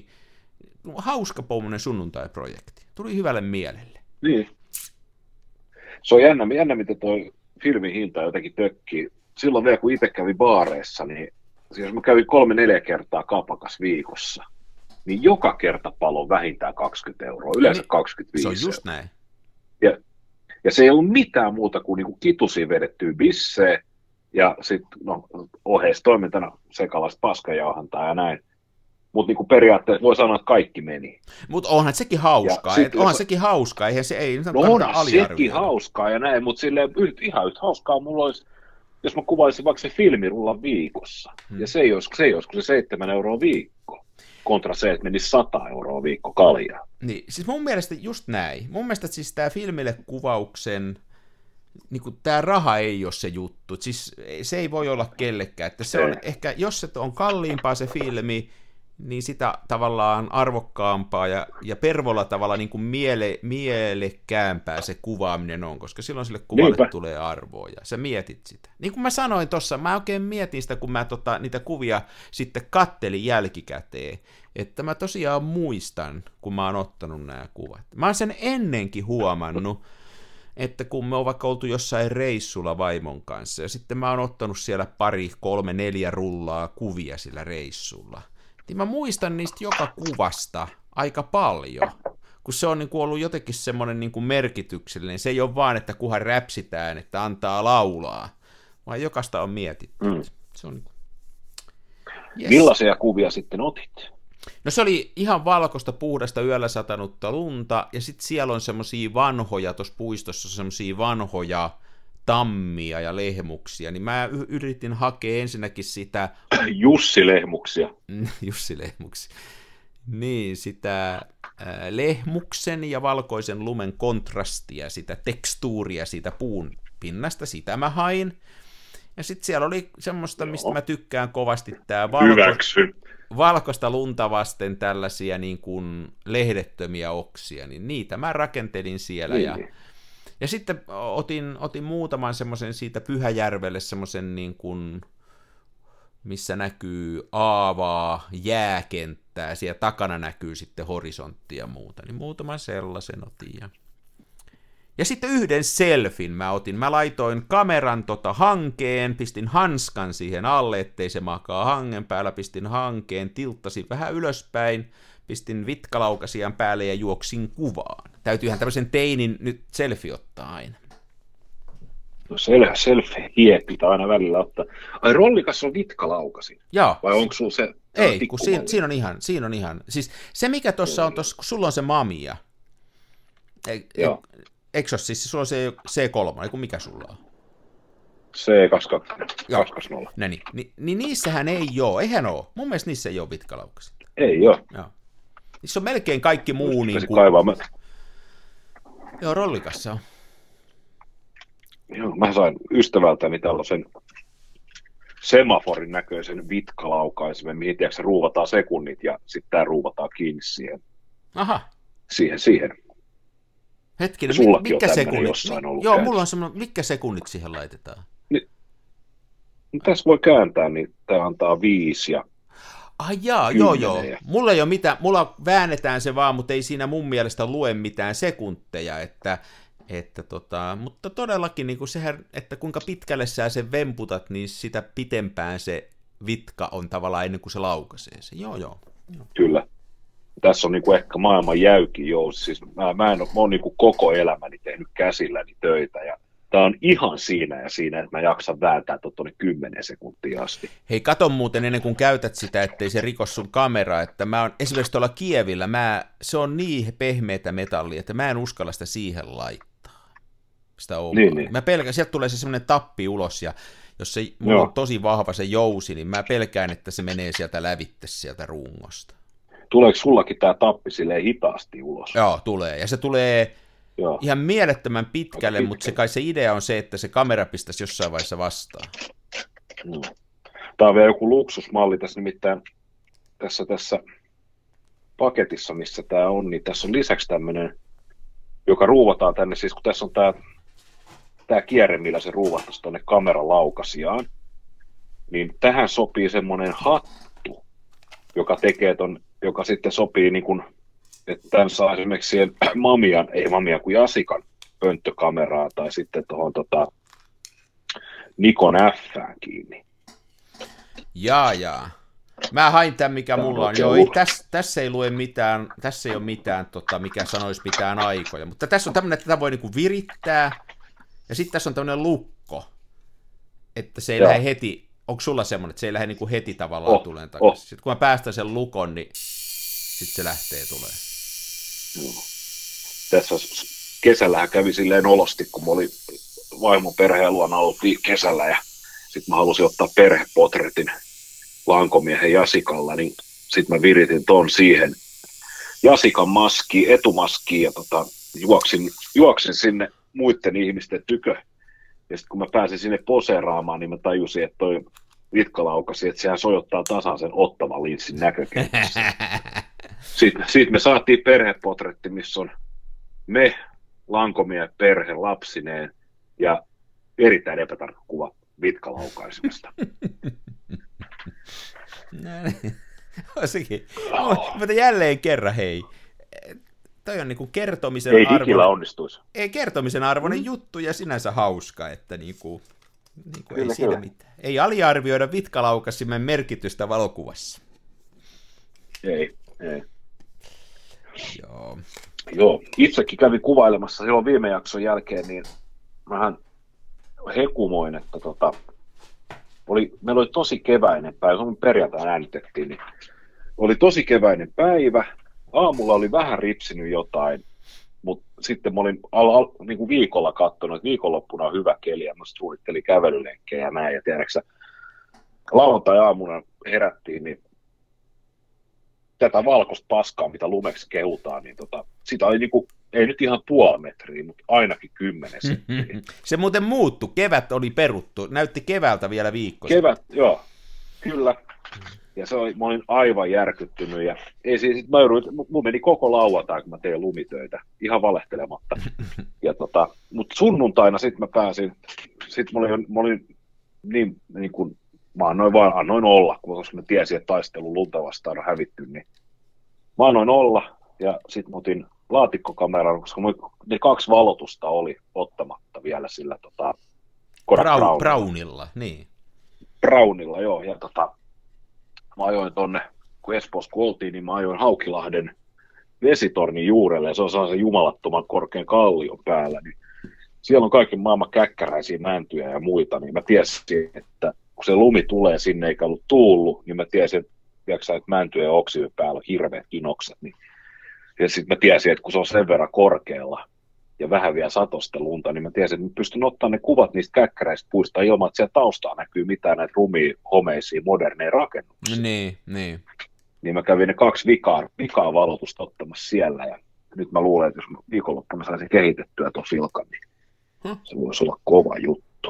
Hauska pommoinen sunnuntai-projekti. Tuli hyvälle mielelle. Niin. Se on jännä, jännä mitä toi filmin hinta jotenkin tökkii. Silloin vielä kun itse kävi baareissa, niin siis mä kävin kolme neljä kertaa kapakas viikossa, niin joka kerta palo vähintään kaksikymmentä euroa, yleensä niin, kaksikymmentäviisi. Se on just näin. Ja, ja se ei ollut mitään muuta kuin, niin kuin kitusiin vedettyä bissejä, ja sitten no, oheistoimintana sekalaista paskajauhantaa ja näin. Mutta niinku periaatteessa voi sanoa, että kaikki meni. Mutta onhan sekin hauskaa. Et onhan jos... sekin hauskaa. Eihän se ei no on sekin hauskaa ja näin, mutta silleen ihan yhtä hauskaa mulla olisi, jos mä kuvaisin vaikka se filmirullan viikossa. Hmm. Ja se ei olisi, se ei olisi se seitsemän euroa viikko. Kontra se, että menisi sata euroa viikko kaljaa. Niin, siis mun mielestä just näin. Mun mielestä siis tämä filmille kuvauksen, niin tämä raha ei ole se juttu. Siis se ei voi olla kellekään. Että se on ehkä, jos se on kalliimpaa se filmi, niin sitä tavallaan arvokkaampaa ja, ja pervolla tavalla niin kuin miele, mielekkäämpää se kuvaaminen on, koska silloin sille kuvalle Niinpä. Tulee arvoa ja sä mietit sitä. Niin kuin mä sanoin tuossa, mä oikein mietin sitä, kun mä tota, niitä kuvia sitten kattelin jälkikäteen, että mä tosiaan muistan, kun mä oon ottanut nämä kuvat. Mä oon sen ennenkin huomannut, että kun me on vaikka oltu jossain reissulla vaimon kanssa, ja sitten mä oon ottanut siellä pari, kolme, neljä rullaa kuvia sillä reissulla, niin mä muistan niistä joka kuvasta aika paljon, kun se on niin kuin ollut jotenkin semmoinen niin kuin merkityksellinen. Se ei ole vaan, että kunhan räpsitään, että antaa laulaa, vaan jokaista on mietitty. Mm. Se on niin kuin... yes. Millaisia kuvia sitten otit? No se oli ihan valkoista, puhdasta, yöllä satanutta lunta, ja sitten siellä on semmoisia vanhoja, tuossa puistossa semmoisia vanhoja tammia ja lehmuksia, niin mä yritin hakea ensinnäkin sitä... Jussi-lehmuksia. Jussi-lehmuksia. Niin, sitä äh, lehmuksen ja valkoisen lumen kontrastia, sitä tekstuuria siitä puun pinnasta, sitä mä hain. Ja sitten siellä oli semmoista, mistä mä tykkään kovasti, tämä valko... valkoista lunta vasten tällaisia niin kuin lehdettömiä oksia, niin niitä mä rakentelin siellä. Niin. Ja, ja sitten otin, otin muutaman semmoisen siitä Pyhäjärvelle semmoisen niin kuin, missä näkyy aavaa, jääkenttää, siellä takana näkyy sitten horisontti ja muuta, niin muutaman sellaisen otin. Ja, ja sitten yhden selfin mä otin, mä laitoin kameran tota hankeen, pistin hanskan siihen alle, ettei se makaa hangen päällä, pistin hankeen, tilttasin vähän ylöspäin, pistin vitkalaukasian päälle ja juoksin kuvaan. Täytyyhän tämmöisen teinin nyt selfie ottaa aina. No sel- selfie pitää aina välillä ottaa. Ai rollikas on vitkalaukasin? Joo. Vai onko sulla se... Ei, kun siinä, siinä on ihan, siinä on ihan, siis se mikä tuossa on tuossa, kun sulla on se Mamiya, e, Joo. E, eikö se ole siis, sulla on se C kolme, ei kun mikä sulla on? C kaksisataakaksikymmentä. No niin, ni, niin niissähän ei ole, eihän ole, mun mielestä niissä ei ole vitkalaukasit. Ei ole. Joo. Niissä on melkein kaikki muu niin kuin... Kaivaa. Mä... Joo, rollikassa on. Joo, mä sain ystävältäni tällaisen semaforin näköisen vitkalaukaisimen, mihin tiedätkö, ruuvataan sekunnit ja sitten tämä ruuvataan kiinni siihen. Aha. Siihen, siihen. Hetkinen, mikä sekunnit? Joo, käynnissä. Mulla on semmoinen, mitkä sekunnit siihen laitetaan? Niin, no tässä voi kääntää, niin tämä antaa viisi ja Ah jaa, joo joo. Mulla ei ole mitään, mulla väännetään se vaan, mutta ei siinä mun mielestä lue mitään sekunteja, että, että tota, mutta todellakin niin kuin sehän, että kuinka pitkälle sä sen vemputat, niin sitä pitempään se vitka on tavallaan ennen kuin se laukaisee se. Joo joo. joo. Kyllä. Tässä on niin kuin ehkä maailman jäykin jousi. Siis mä, mä en ole, mä oon niin kuin koko elämäni tehnyt käsilläni töitä ja tämä on ihan siinä ja siinä, että mä jaksan vääntää tuonne kymmenen sekuntia asti. Hei, kato muuten ennen kuin käytät sitä, ettei se rikos sun kameraa, että mä oon esimerkiksi tuolla Kievillä, mä, se on niin pehmeätä metallia, että mä en uskalla sitä siihen laittaa. Sitä niin, niin. Mä pelkään, sieltä tulee se semmoinen tappi ulos, ja jos se, mulla on tosi vahva se jousi, niin mä pelkään, että se menee sieltä lävitte sieltä rungosta. Tuleeko sullakin tämä tappi silleen hitaasti ulos? Joo, tulee, ja se tulee... Joo. Ihan mielettömän pitkälle, pitkä. Mutta se kai se idea on se, että se kamera pistäisi jossain vaiheessa vastaan. Mm. Tämä on vielä joku luksusmalli tässä nimittäin tässä, tässä paketissa, missä tämä on, niin tässä on lisäksi tämmöinen, joka ruuvataan tänne, siis kun tässä on tämä, tämä kierre, millä se ruuvattaisi tuonne kameran laukasiaan, niin tähän sopii semmoinen hattu, joka tekee ton, joka sitten sopii niin kuin että tämän saa esimerkiksi siihen Mamiyan, ei Mamiyan kuin Yashican pönttökameraa tai sitten tuohon tota, Nikon F:ään kiinni. Jaa, jaa. Mä hain tämän, mikä Tämä mulla on. on Joo, ollut. ei, tässä, tässä ei lue mitään, tässä ei ole mitään, tota, mikä sanoisi mitään aikoja. Mutta tässä on tämmöinen, että tätä voi niinku virittää. Ja sitten tässä on tämmöinen lukko. Että se ei Joo. lähde heti, onko sulla semmoinen, että se ei lähde niinku heti tavallaan Oh, tuleen takaisin. oh. Sitten kun mä päästän sen lukon, niin sitten se lähtee tulee. Joo. Tässä kesällähän kävi silleen nolosti, kun mä olin vaimon perheen luona oltiin kesällä ja sitten mä halusin ottaa perhepotretin lankomiehen Jasikalla, niin sitten mä viritin ton siihen Jasikan maskiin, etumaskiin ja tota, juoksin, juoksin sinne muiden ihmisten tykö. Ja sitten kun mä pääsin sinne poseeraamaan, niin mä tajusin, että toi vitkalaukasi, että sehän sojottaa tasan sen ottavan linssin näkökentässä. Sitten, sitten me saatiin perhepotretti, missä on me, lankomien perhe, lapsineen ja erittäin epätarkka kuva vitkalaukaisesta. No niin. Sekin. Oh. Mutta jälleen kerran, hei. Toi on niinku kertomisen Ei arvoinen. hikillä onnistuisi. Ei kertomisen arvoinen Mm. juttu ja sinänsä hauska, että niinku, niinku Kyllä, ei siinä kyllä. mitään. Ei aliarvioida vitkalaukasimen merkitystä valokuvassa. Ei, ei. Joo. Joo, itsekin kävin kuvailemassa silloin viime jakson jälkeen, niin vähän hekumoin, että tota, oli, meillä oli tosi keväinen päivä, kun perjantaina äänitettiin, niin oli tosi keväinen päivä, aamulla oli vähän ripsinyt jotain, mutta sitten mä olin al, al, niin kuin viikolla katsonut, että viikonloppuna on hyvä keli, ja mä suunnittelin kävelylenkkejä ja näin, ja tiedäksä, lauantai-aamuna herättiin, niin tätä valkoista paskaa, mitä lumeksi kehutaan, niin tota, sitä oli niinku, ei nyt ihan puoli metriä, mutta ainakin kymmenen senttiä. Se muuten muuttui, kevät oli peruttu, näytti keväältä vielä viikko. Kevät, joo, kyllä. Ja se oli, mä olin aivan järkyttynyt, ja ei siis, mä jouduin, mun meni koko lauantai, kun mä tein lumitöitä, ihan valehtelematta. Ja tota, mutta sunnuntaina sitten mä pääsin, sit mä olin, mä olin niin, niin kuin, mä annoin vaan, annoin olla, koska mä tiesin, että taistelu lunta vastaan on hävitty, niin mä annoin olla, ja sitten mä otin laatikkokameran, koska ne kaksi valotusta oli ottamatta vielä sillä tota, Kodak Brau, Brownilla. Brownilla, niin. Brownilla, joo, ja tota, mä ajoin tonne, kun Espoossa kun oltiin, niin mä ajoin Haukilahden vesitornin juurelle, ja se on sellaisen jumalattoman korkean kallion päällä, niin siellä on kaiken maailman käkkäräisiä mäntyjä ja muita, niin mä tiesin, että kun se lumi tulee sinne eikä ollut tuullut, niin mä tiesin, että, tiedätkö, että mäntyjen oksien päällä on hirveät kinokset, niin ja sitten mä tiesin, että kun se on sen verran korkealla ja vähän vielä satosta lunta, niin mä tiesin, että mä pystyn ottaa ne kuvat niistä käkkäräistä puista ilman, että siellä taustaa näkyy mitään näitä rumia, homeisia, moderneja rakennuksia. Niin, niin. Niin mä kävin ne kaksi vikaa, vikaa valotusta ottamassa siellä, ja nyt mä luulen, että jos mä viikonloppuna saisin kehitettyä tuon filkan, niin Hm. se voisi olla kova juttu.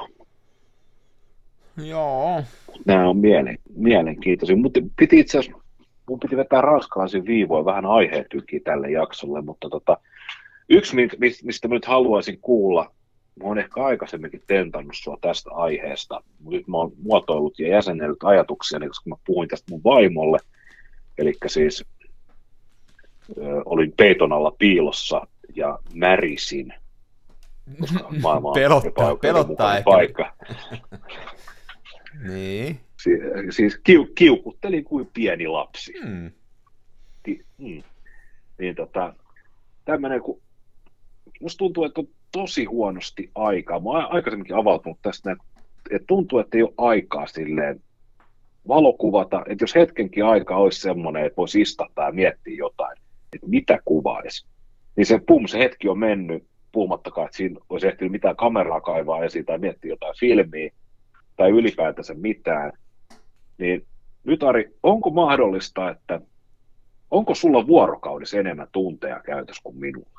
Joo. Nämä on mielen, mielenkiintoisia, mutta piti itse asiassa, mun piti vetää ranskalaisen viivoin vähän aiheetykin tälle jaksolle, mutta tota, yksi, mistä mä nyt haluaisin kuulla, mä oon ehkä aikaisemminkin tentannut sua tästä aiheesta, mutta nyt mä oon muotoillut ja jäsennellyt ajatuksia, koska mä puhuin tästä mun vaimolle, eli siis ö, olin peiton alla piilossa ja märisin, koska maailma on Pelottaa, epäoikeudenmukainen pelottaa paikka. Niin. Si- siis kiu- kiukuttelin kuin pieni lapsi. Hmm. Ti- mm. Niin tota, tämmönen, kun musta tuntuu, että on tosi huonosti aikaa. Mä oon aikaisemminkin avautunut tästä, että tuntuu, että ei ole aikaa silleen valokuvata, että jos hetkenkin aika olisi semmoinen, että voisi istahtaa ja miettiä jotain, että mitä kuvaisi, niin se pum, se hetki on mennyt, puhumattakaan, että siinä olisi ehtinyt mitään kameraa kaivaa esiin tai miettiä jotain filmiä tai ylipäätänsä mitään. Niin nyt Ari, onko mahdollista, että onko sulla vuorokaudessa enemmän tunteja käytössä kuin minulla?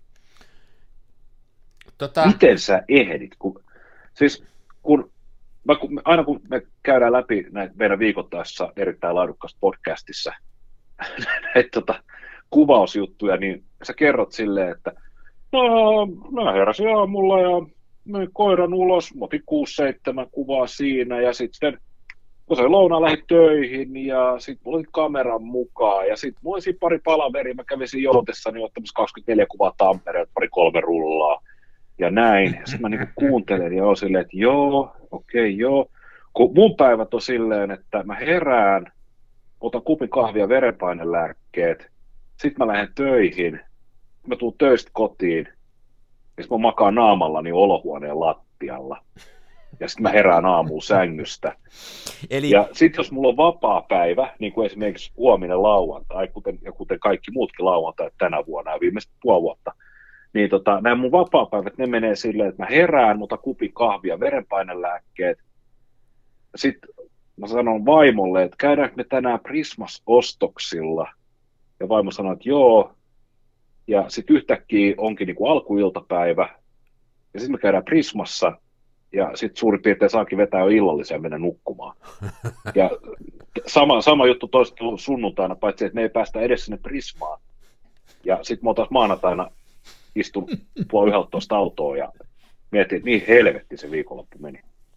Tota... Miten sä ehdit? Kun, siis kun, mä, kun, aina kun me käydään läpi näitä meidän viikoittaisessa erittäin laadukkaassa podcastissa näitä tota, kuvausjuttuja, niin sä kerrot silleen, että no, mä heräsin aamulla ja myin koiran ulos, mä otin kuusi seitsemän kuvaa siinä ja sitten kun se lounaan lähdin töihin ja sitten mulla oli kameran mukaan ja sitten mulla oli siinä pari palaveria, mä kävin siinä joutessani ottamassa kaksikymmentäneljä kuvaa Tampereelta, pari kolme rullaa ja näin. Sitten mä niinku kuuntelen ja oon silleen, että joo, okei, okay, joo. Kun mun päivät on silleen, että mä herään, otan kupin kahvia, verenpainelääkkeet, sitten mä lähden töihin, mä tuun töistä kotiin, ja sitten mä makaan naamallani olohuoneen lattialla. Ja sitten mä herään aamuun sängystä. Eli... Ja sitten jos mulla on vapaa päivä, niin kuin esimerkiksi huominen lauantai, kuten, ja kuten kaikki muutkin lauantajat tänä vuonna ja viimeiset puoli vuotta, niin tota, nämä mun vapaa-päivät, ne menee silleen, että mä herään, mutta kupin kahvia, verenpainelääkkeet. Sitten mä sanon vaimolle, että käydäänkö me tänään Prismas-ostoksilla. Ja vaimo sanoo, että joo. Ja sitten yhtäkkiä onkin niin kuin alkuiltapäivä. Ja sitten me käydään Prismassa. Ja sitten suurin piirtein saakin vetää jo illallisen ja mennä nukkumaan. Ja sama, sama juttu toistuu sunnuntaina, paitsi että me ei päästä edes sinne Prismaan. Ja sitten mä taas maanantaina istun puoli yhdeltätoista autoon ja mietin, että niin helvetti se viikonloppu meni.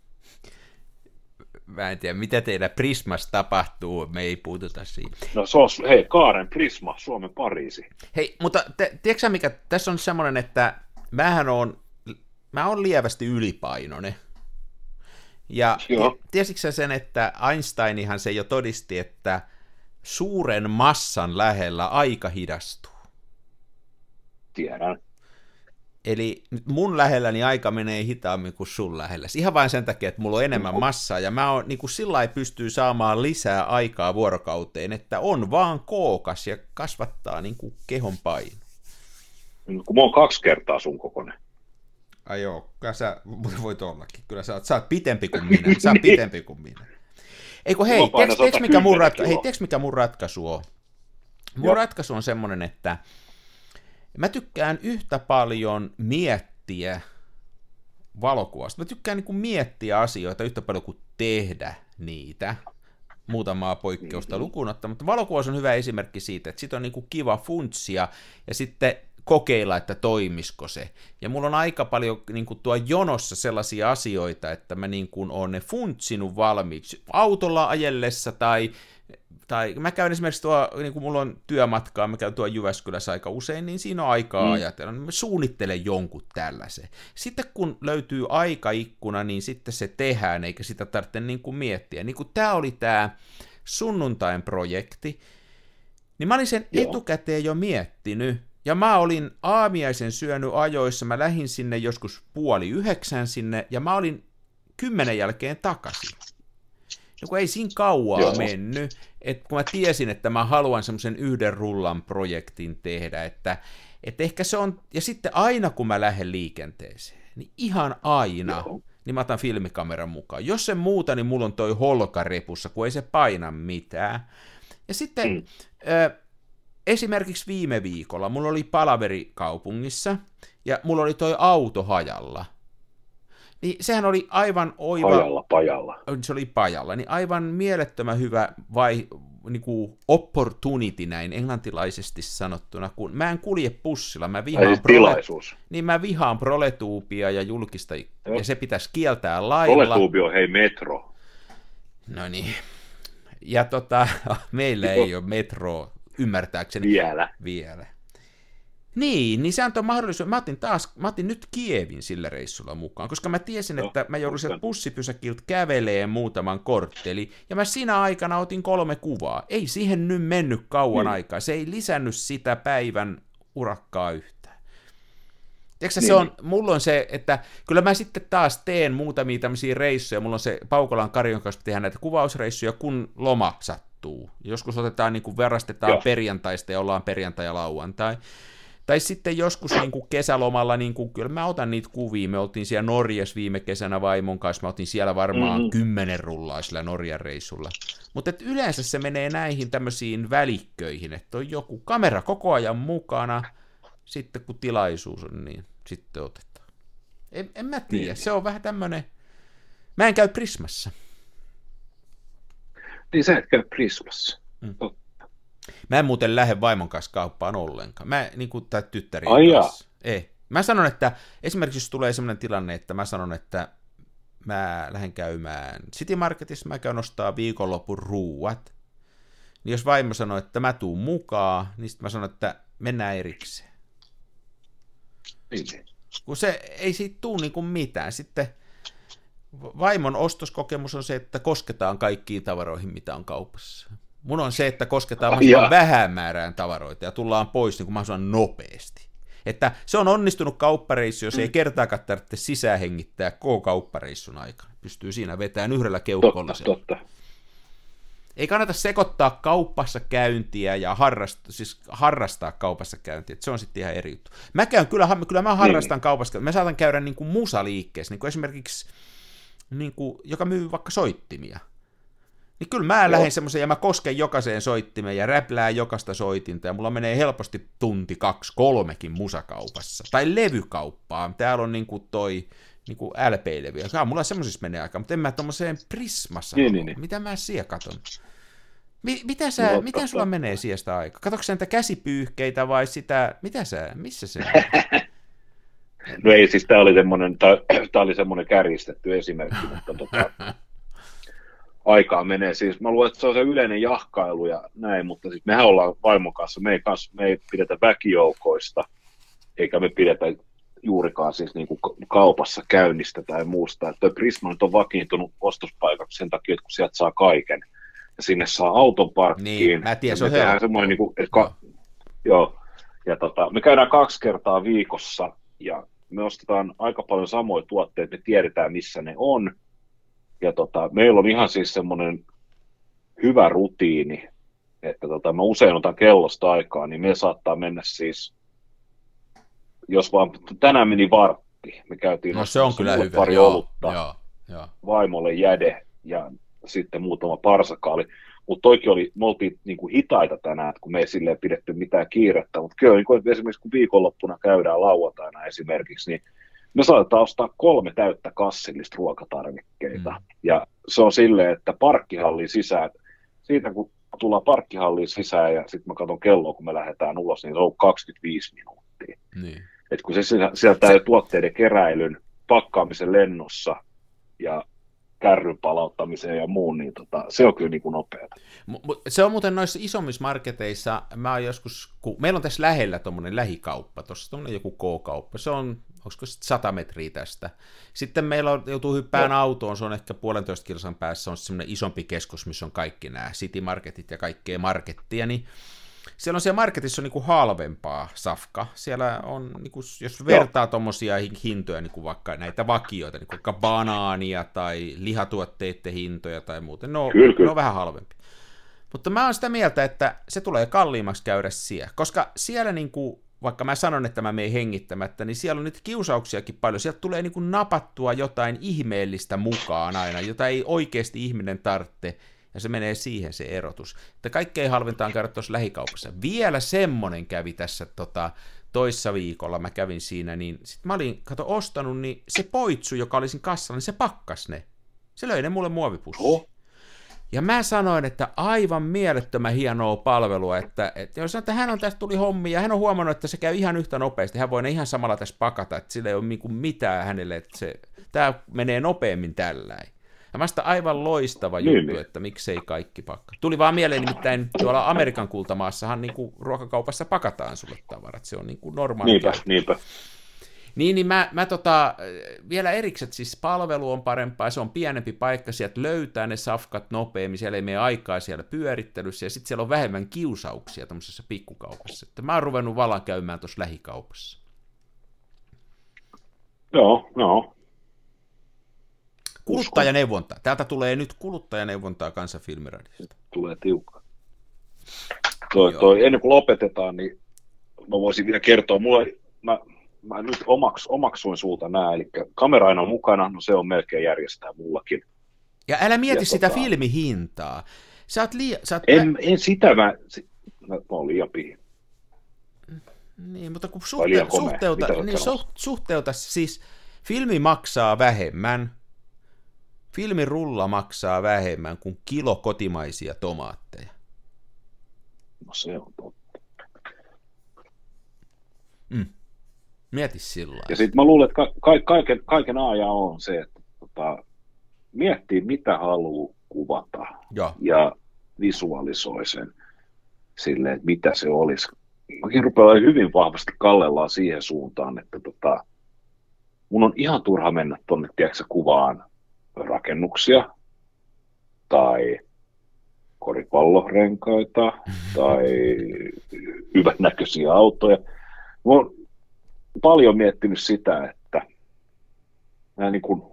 Mä en tiedä, mitä teillä Prismassa tapahtuu, me ei puututa siihen. No se on, hei, Kaaren Prisma, Suomen Pariisi. Hei, mutta te, tiedätkö mikä, tässä on semmoinen, että mähän on, mä oon lievästi ylipainoinen. Ja tiesitkö sä sen, että Einsteinihan se jo todisti, että suuren massan lähellä aika hidastuu? Tiedän. Eli mun lähelläni aika menee hitaammin kuin sun lähellä. Ihan vain sen takia, että mulla on enemmän massaa, ja mä oon niin kuin sillä lailla pystyy saamaan lisää aikaa vuorokauteen, että on vaan kookas ja kasvattaa niin kuin kehon paino. Kun mä oon kaksi kertaa sun kokoinen. Ai joo, kyllä sä voit ollakin. Kyllä sä oot, sä oot pitempi kuin minä. Sä oot pitempi kuin minä. Eikö hei, tiedätkö mikä, mikä mun ratkaisu on? Mun joo. ratkaisu on semmoinen, että mä tykkään yhtä paljon miettiä valokuvasta. Mä tykkään niin kuin miettiä asioita yhtä paljon kuin tehdä niitä. Muutamaa poikkeusta lukuun ottamaan, mutta valokuvaus on hyvä esimerkki siitä, että sit on niin kuin kiva funtsia ja sitten kokeilla, että toimisiko se. Ja mulla on aika paljon niin kuin tuo jonossa sellaisia asioita, että mä niin kuin oon ne funtsinut valmiiksi autolla ajellessa tai Tai mä käyn esimerkiksi tuo, niin kun mulla on työmatkaa, mä käyn tuo Jyväskylässä aika usein, niin siinä on aikaa mm. ajatella. Mä suunnittelen jonkun tällaisen. Sitten kun löytyy aikaikkuna, niin sitten se tehdään, eikä sitä tarvitse niin kuin miettiä. Niin kuin tää oli tää sunnuntain projekti, niin mä olin sen Joo. etukäteen jo miettinyt, ja mä olin aamiaisen syönyt ajoissa, mä lähdin sinne joskus puoli yhdeksän sinne, ja mä olin kymmenen jälkeen takaisin. No kun ei siinä kauaa Joo. mennyt, että kun mä tiesin, että mä haluan semmoisen yhden rullan projektin tehdä, että, että ehkä se on, ja sitten aina kun mä lähden liikenteeseen, niin ihan aina, Joo. niin mä otan filmikameran mukaan. Jos se muuta, niin mulla on toi holka repussa, kun ei se paina mitään. Ja sitten mm. äh, esimerkiksi viime viikolla mulla oli palaveri kaupungissa, ja mulla oli toi auto hajalla. Niin sehän oli aivan oiva... Pajalla, pajalla. Se oli pajalla, niin aivan mielettömän hyvä vai, niin kuin opportunity näin englantilaisesti sanottuna, kun mä en kulje bussilla, mä vihaan, siis prole... niin mä vihaan proletuubia ja julkista, Joo. ja se pitäisi kieltää lailla. Proletuubi on hei metro. No niin, ja tota, meillä ei ole metroa, ymmärtääkseni. Vielä. Vielä. Niin, niin se antoi mahdollisuus. Mä otin taas, mä otin nyt Kievin sillä reissulla mukaan, koska mä tiesin, että no, mä joudun sieltä bussipysäkiltä käveleen muutaman kortteli, ja mä siinä aikana otin kolme kuvaa. Ei siihen nyt mennyt kauan niin. aikaa, se ei lisännyt sitä päivän urakkaa yhtään. Tiedätkö, niin. se on, mulla on se, että kyllä mä sitten taas teen muutamia tämmöisiä reissuja, mulla on se Paukolan Karjon kanssa tehdään näitä kuvausreissuja, kun loma sattuu. Joskus otetaan, niin kuin varastetaan Joo. perjantaista ja ollaan perjantai ja lauantai. Tai sitten joskus niin kuin kesälomalla, niin kuin, kyllä mä otan niitä kuvia, me oltiin siellä Norjassa viime kesänä vaimon kanssa, mä otin siellä varmaan mm-hmm. kymmenen rullaa sillä Norjan reissulla. Mutta yleensä se menee näihin tämmöisiin välikköihin, että on joku kamera koko ajan mukana, sitten kun tilaisuus on, niin sitten otetaan. En, en mä tiedä, niin. se on vähän tämmöinen, mä en käy Prismassa. Niin sä et käy Prismassa, mm. Mä en muuten lähde vaimon kanssa kauppaan ollenkaan. Mä, niin kuin tai tyttärin Ai kanssa. Ei. Mä sanon, että esimerkiksi jos tulee sellainen tilanne, että mä sanon, että mä lähden käymään City Marketissa, mä käyn ostaa viikonlopun ruuat, niin jos vaimo sanoo, että mä tuun mukaan, niin sitten mä sanon, että mennään erikseen. Niin. kun se ei siitä tule niin kuin mitään. Sitten vaimon ostoskokemus on se, että kosketaan kaikkiin tavaroihin, mitä on kaupassa. Mun on se, että kosketaan mahdollisimman vähän määrään tavaroita ja tullaan pois niin kuin mahdollisimman nopeasti. Että se on onnistunut kauppareissu, jos ei kertaakaan tarvitse sisähengittää koko kauppareissun aikana. Pystyy siinä vetämään yhdellä keuhkollisella. Totta, totta. Ei kannata sekoittaa kaupassa käyntiä ja harrastaa, siis harrastaa kaupassa käyntiä, että se on sitten ihan eri juttu. Mä käyn, kyllä, kyllä mä harrastan niin. kaupassa käyntiä. Mä saatan käydä niin kuin musaliikkeessä, niin kuin esimerkiksi, niin kuin, joka myy vaikka soittimia. Niin kyllä mä lähden semmoisen, ja mä kosken jokaiseen soittimeen, ja räplään jokaista soitinta, ja mulla menee helposti tunti, kaksi, kolmekin musakaupassa. Tai levykauppaan. Täällä on niin kuin toi niin kuin L P-levy. Ja mulla semmoisissa menee aikaa, mutta en mä tommoseen Prismassa. Niin, niin, niin. Mitä mä siellä katon? Mi- mitä sä, no, miten sulla menee siestä aikaa? Katokko sä niitä käsipyyhkeitä vai sitä, mitä sä, missä se on? No ei, siis tää oli semmoinen, tää oli semmoinen kärjistetty esimerkki, mutta tota, aikaa menee. Siis mä luulen, että se on se yleinen jahkailu ja näin, mutta siis mehän ollaan vaimon kanssa, me ei, kanssa, me ei pidetä väkijoukoista, eikä me pidetä juurikaan siis niin kuin kaupassa käynnistä tai muusta. Että toi Prisma nyt on vakiintunut ostospaikaksi sen takia, että kun sieltä saa kaiken, ja sinne saa auton parkkiin. Niin, mä tiedän, se on tehdään semmoinen, niin kuin, että ka- joo. Ja tota, me käydään kaksi kertaa viikossa, ja me ostetaan aika paljon samoja tuotteita, me tiedetään, missä ne on. Ja tota, meillä on ihan siis semmoinen hyvä rutiini, että tota, mä usein otan kellosta aikaa, niin me saattaa mennä siis, jos vaan tänään meni vartti, me käytiin no, se on kyllä hyvä. pari joo, olutta, joo, joo. vaimolle jäde ja sitten muutama parsakaali. Mutta toikin oli, me oltiin niinku hitaita tänään, kun me ei silleen pidetty mitään kiirettä, mutta kyllä niin esimerkiksi kun viikonloppuna käydään lauantaina esimerkiksi, niin me saatetaan ostaa kolme täyttä kassillista ruokatarvikkeita. Mm. Ja se on silleen, että parkkihalliin sisään, siitä kun tullaan parkkihalliin sisään ja sitten mä katson kelloa, kun me lähdetään ulos, niin se on kaksikymmentäviisi minuuttia. Niin. Et kun se sieltä se... tuotteiden keräilyn, pakkaamisen lennossa ja kärryn palauttamiseen ja muun, niin tota, se on kyllä niin kuin nopeata. Se on muuten noissa isommissa marketeissa, mä oon joskus, kun meillä on tässä lähellä tuommoinen lähikauppa, tuossa tuommoinen joku K-kauppa, se on, onko se sata metriä tästä. Sitten meillä on, joutuu hyppään no. autoon, se on ehkä puolentoista kilsan päässä, on semmoinen isompi keskus, missä on kaikki nämä City Marketit ja kaikkea markettia, niin siellä on siellä marketissa on niin kuin halvempaa safka. Siellä on, niin kuin, jos vertaa tuommoisia hintoja, niin kuin vaikka näitä vakioita, niin kuin vaikka banaania tai lihatuotteiden hintoja tai muuten, ne on, kyllä, kyllä. ne on vähän halvempi. Mutta mä oon sitä mieltä, että se tulee kalliimmaksi käydä siellä, koska siellä, niin kuin, vaikka mä sanon, että mä menen hengittämättä, niin siellä on nyt kiusauksiakin paljon. Sieltä tulee niin kuin napattua jotain ihmeellistä mukaan aina, jota ei oikeasti ihminen tarvitse. Ja se menee siihen se erotus. Että kaikkein halvinta on käydä tuossa lähikaupassa. Vielä semmonen kävi tässä tota, toissa viikolla, mä kävin siinä, niin sit mä olin, kato, ostanut, niin se poitsu, joka oli siinä kassalla, niin se pakkas ne. Se löi ne mulle muovipussiin. Oh. Ja mä sanoin, että aivan mielettömän hienoa palvelua, että, että jos että hän on tästä tuli hommia, ja hän on huomannut, että se käy ihan yhtä nopeasti, hän voi ne ihan samalla tässä pakata, että sillä ei ole niinku mitään hänelle, että se, tää menee nopeammin tälläin. Ja vasta aivan loistava juttu, niin, että miksei kaikki pakka. Tuli vaan mieleen nimittäin tuolla Amerikan kultamaassahan niin kuin ruokakaupassa pakataan sulle tavarat. Se on niin kuin normaali. Niinpä, niinpä. Niin, niin mä, mä tota, vielä erikset, siis palvelu on parempaa, se on pienempi paikka, sieltä löytää ne safkat nopeammin, siellä ei mene aikaa siellä pyörittelyssä, ja sitten siellä on vähemmän kiusauksia tämmöisessä pikkukaupassa. Että mä oon ruvennut vallan käymään tuossa lähikaupassa. Joo, joo. Kuluttajaneuvontaa. Täältä tulee nyt kuluttajaneuvontaa Kansan Filmiradiosta. Tulee tiukka. Toi, toi, ennen kuin lopetetaan, niin mä voisin vielä kertoa. Mulla, mä, mä nyt omaks, omaksuin sulta nää, eli kamera aina on mukana, no se on melkein järjestää mullakin. Ja älä mieti ja sitä tota, filmihintaa. Sä oot liian... Sä oot en, ä... en sitä mä... Mä, mä oon liian pihin. Niin, mutta kun suhte, suhteuta, niin suht, suhteuta, siis filmi maksaa vähemmän, filmirulla maksaa vähemmän kuin kilo kotimaisia tomaatteja. No se on totta. Mm. Mieti sillä. Ja sitten mä luulen, että ka- ka- kaiken, kaiken A ja O on se, että tota, miettii mitä haluaa kuvata ja, ja visualisoi sen silleen, että mitä se olisi. Mäkin rupean hyvin vahvasti kallellaan siihen suuntaan, että tota, mun on ihan turha mennä tuonne, tiedätkö, kuvaan rakennuksia tai koripallorenkaita tai hyvännäköisiä autoja. Mä oon paljon miettinyt sitä, että nämä niin kuin,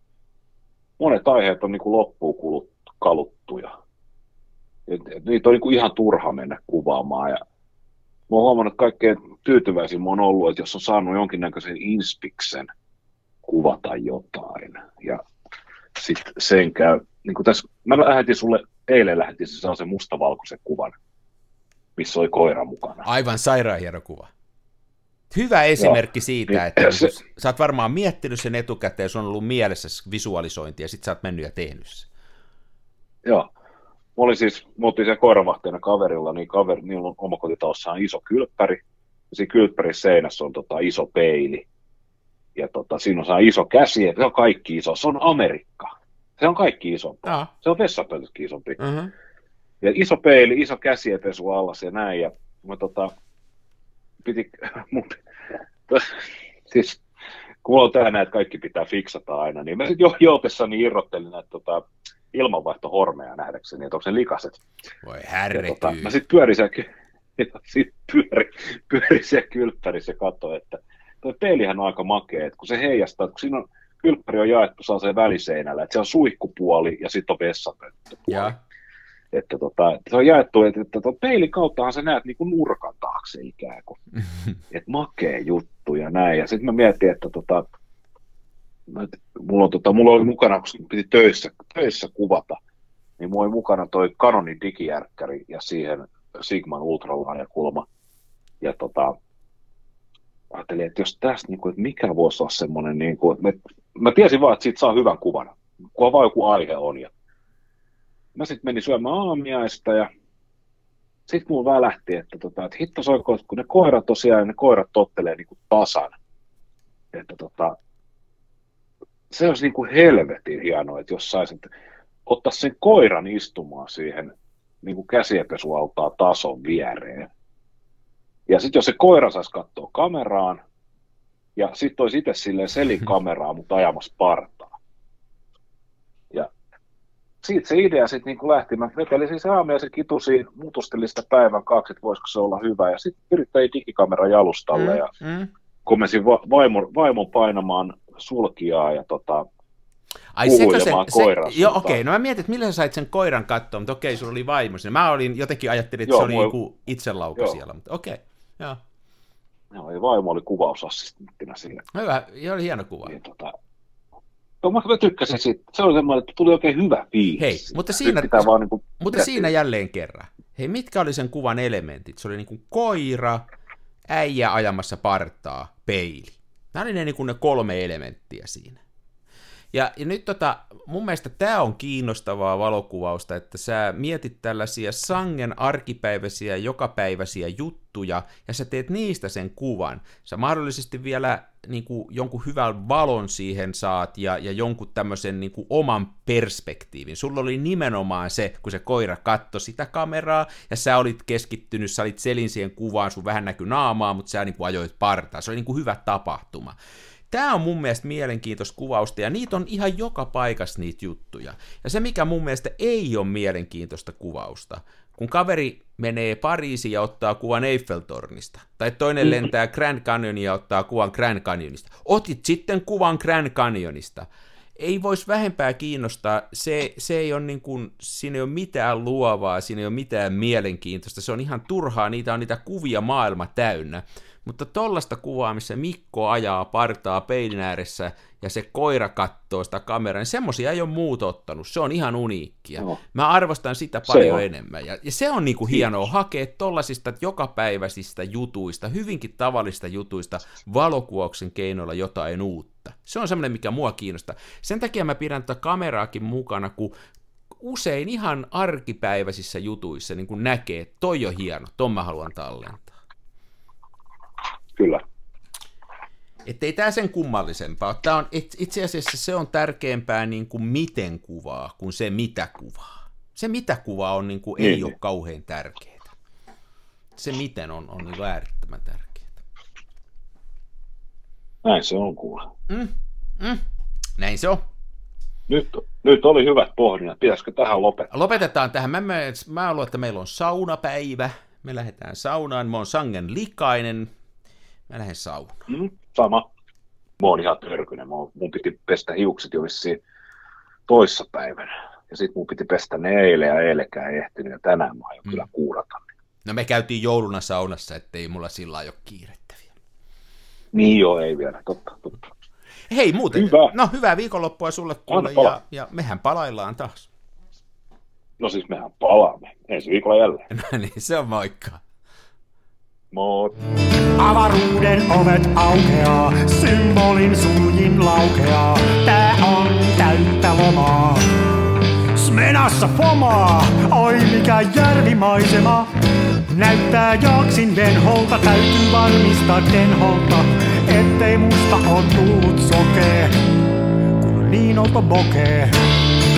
monet aiheet on niin kuin loppuun kaluttuja. Et, et niitä on niin kuin ihan turha mennä kuvaamaan. Ja mä oon huomannut, että kaikkein tyytyväisin mä oon ollut, että jos on saanut jonkinnäköisen inspiksen kuvata jotain. Ja sitten sen käy, niin kuin tässä, mä lähetin sulle, eilen lähetin se sellaisen mustavalkoisen kuvan, missä oli koira mukana. Aivan sairaan hieno kuva. Hyvä esimerkki Joo. siitä, niin, että se, sä oot varmaan miettinyt sen etukäteen, ja sun on ollut mielessä visualisointi, ja sit sä oot mennyt ja tehnyt sen. Joo. Mä olin siis, mä oltiin siellä koiravahtajana kaverilla, niin kaveri, niillä on omakotitalossa on iso kylppäri, ja siinä kylppärin seinässä on tota iso peili, ja tota, siinä on iso käsi, ja se on kaikki iso, se on Amerikka. Se on kaikki isompi. Ja. Se on vessapöytäkin isompi. Uh-huh. Ja iso peili, iso käsiepesu allas ja näin, ja mä tota, piti, mun, siis kun mulla on tähän näin, että kaikki pitää fiksata aina, niin mä sitten jo, joutessani irrottelin näitä tota, ilmanvaihtohormeja nähdäkseni, että onko se likaset. Voi härretyy. Tota, mä sitten pyörin siellä, sit pyöri, pyöri siellä kylppärissä ja katsoin, että tuo peilihän on aika makea, että kun se heijastaa, kun siinä on, kylppäri on jaettu sellaiseen väliseinällä, että se on suihkupuoli ja sitten on vessapönttöpuoli. Että tota, että se on jaettu, että, että, että peilin kauttahan sä näet niinku nurkan taakse ikään kuin. Että makea juttu ja näin. Ja sitten mä mietin, että tota, että mulla, on, tota, mulla oli mukana, koska piti töissä, töissä kuvata, niin mulla oli mukana toi Canonin digijärkkäri ja siihen Sigman ultralaajakulma. Ja tota, ajattelin, että jos tästä, niin kuin, että mikä voisi olla semmoinen, niin kuin, että mä tiesin vaan, että siitä saa hyvän kuvan, kun vaan joku aihe on. Ja mä sitten menin syömään aamiaista ja sitten mulla välähti, että, tota, että hitto soiko, kun ne koirat tosiaan, ne koirat tottelee niin kuin tasan. Että tota, se olisi niin kuin helvetin hienoa, että jos saisit ottaa sen koiran istumaan siihen niin kuin käsiepesualtaan tason viereen. Ja sitten jos se koira saisi katsoa kameraan, ja sitten olisi itse silleen selin kameraa, mutta ajamassa partaa. Ja siitä se idea sitten niinku lähti. Mä vetelin se aamia ja se kitusi, mutustelin sitä päivän kaksi, että voisiko se olla hyvä. Ja sitten yrittäin digikameran jalustalle mm, ja mm. komensin va- vaimon, vaimon painamaan sulkiaa ja tota, Ai sekö se, se joo okei, okay. No mä mietin, että millä sä sait sen koiran katsoa, mutta okei, sulla oli vaimo siinä. Mä olin, jotenkin ajattelin, että joo, se oli joku itselauka joo. siellä, mutta okei, okay. joo. Joo, ja vaimo oli kuvausassistenttina sille. Hyvä, ja oli hieno kuva. Ja, tota, no, mä tykkäsin siitä, se oli semmoinen, että tuli oikein hyvä fiilis. Hei, mutta siinä, vaan niin kuin, mutta siinä jälleen kerran. Hei, mitkä oli sen kuvan elementit? Se oli niin kuin koira, äijä ajamassa partaa, peili. Nämä oli ne, niin kuin ne kolme elementtiä siinä. Ja, ja nyt tota, mun mielestä tämä on kiinnostavaa valokuvausta, että sä mietit tällaisia sangen arkipäiväisiä, jokapäiväisiä juttuja, ja sä teet niistä sen kuvan. Sä mahdollisesti vielä niin kuin, jonkun hyvän valon siihen saat, ja, ja jonkun tämmöisen niin kuin, oman perspektiivin. Sulla oli nimenomaan se, kun se koira katsoi sitä kameraa, ja sä olit keskittynyt, sä olit selin siihen kuvaan, sun vähän näkyi naamaa, mutta sä niin kuin, ajoit partaa. Se oli niin kuin, hyvä tapahtuma. Tämä on mun mielestä mielenkiintoista kuvausta, ja niitä on ihan joka paikassa niitä juttuja. Ja se, mikä mun mielestä ei ole mielenkiintoista kuvausta, kun kaveri menee Pariisiin ja ottaa kuvan Eiffeltornista, tai toinen lentää Grand Canyonia ja ottaa kuvan Grand Canyonista. Otit sitten kuvan Grand Canyonista. Ei voisi vähempää kiinnostaa, se, se ei ole niin kuin, siinä ei ole mitään luovaa, siinä ei ole mitään mielenkiintoista, se on ihan turhaa, niitä on niitä kuvia maailma täynnä. Mutta tollaista kuvaa, missä Mikko ajaa partaa peilin ääressä ja se koira kattoo sitä kameraa, niin semmosia ei ole muut ottanut. Se on ihan uniikkia. No. Mä arvostan sitä paljon enemmän. Ja, ja se on niinku hienoa hakea tollasista jokapäiväisistä jutuista, hyvinkin tavallista jutuista valokuvauksen keinoilla jotain uutta. Se on semmoinen, mikä mua kiinnostaa. Sen takia mä pidän tätä kameraakin mukana, kun usein ihan arkipäiväisissä jutuissa niin kun näkee, että toi on hieno, ton mä haluan tallentaa. Kyllä. Että ei tämä sen kummallisempaa. Tämä on, itse asiassa se on tärkeämpää niin kuin miten kuvaa, kuin se mitä kuvaa. Se mitä kuvaa on, niin kuin, ei niin. ole kauhean tärkeää. Se miten on, on niin kuin äärettömän tärkeää. Näin se on kuule. Mm, mm. Näin se on. Nyt, nyt oli hyvät pohdinnat. Pitäisikö tähän lopettaa? Lopetetaan tähän. Mä, mä, mä luulen, että meillä on saunapäivä. Me lähdetään saunaan. Mä oon sangen likainen. Mä lähden saunaan. Mm, sama. Mä oon ihan törkynen. Mun piti pestä hiukset jo vissiin toissapäivänä. Ja sit mun piti pestä ne eilen ja eilenkään ehtinyt. Ja tänään mä oon jo mm. kyllä kuurata. No me käytiin jouluna saunassa, ettei mulla sillä ole kiirettä vielä. Niin joo, ei vielä. Totta, totta. Hei muuten, Hyvä. no hyvää viikonloppua sulle kuule, ja, ja mehän palaillaan taas. No siis mehän palaamme, ensi viikolla jälleen. No niin, se on moikka. Moi. Avaruuden ovet aukeaa, symbolin suljin laukeaa. Tää on täyttä lomaa. Smenassa fomaa, oi mikä järvimaisema. Näyttää jaksin venholta, täytyy varmistaa denholta, ettei musta on tullut sokee, kun niin olto bokee.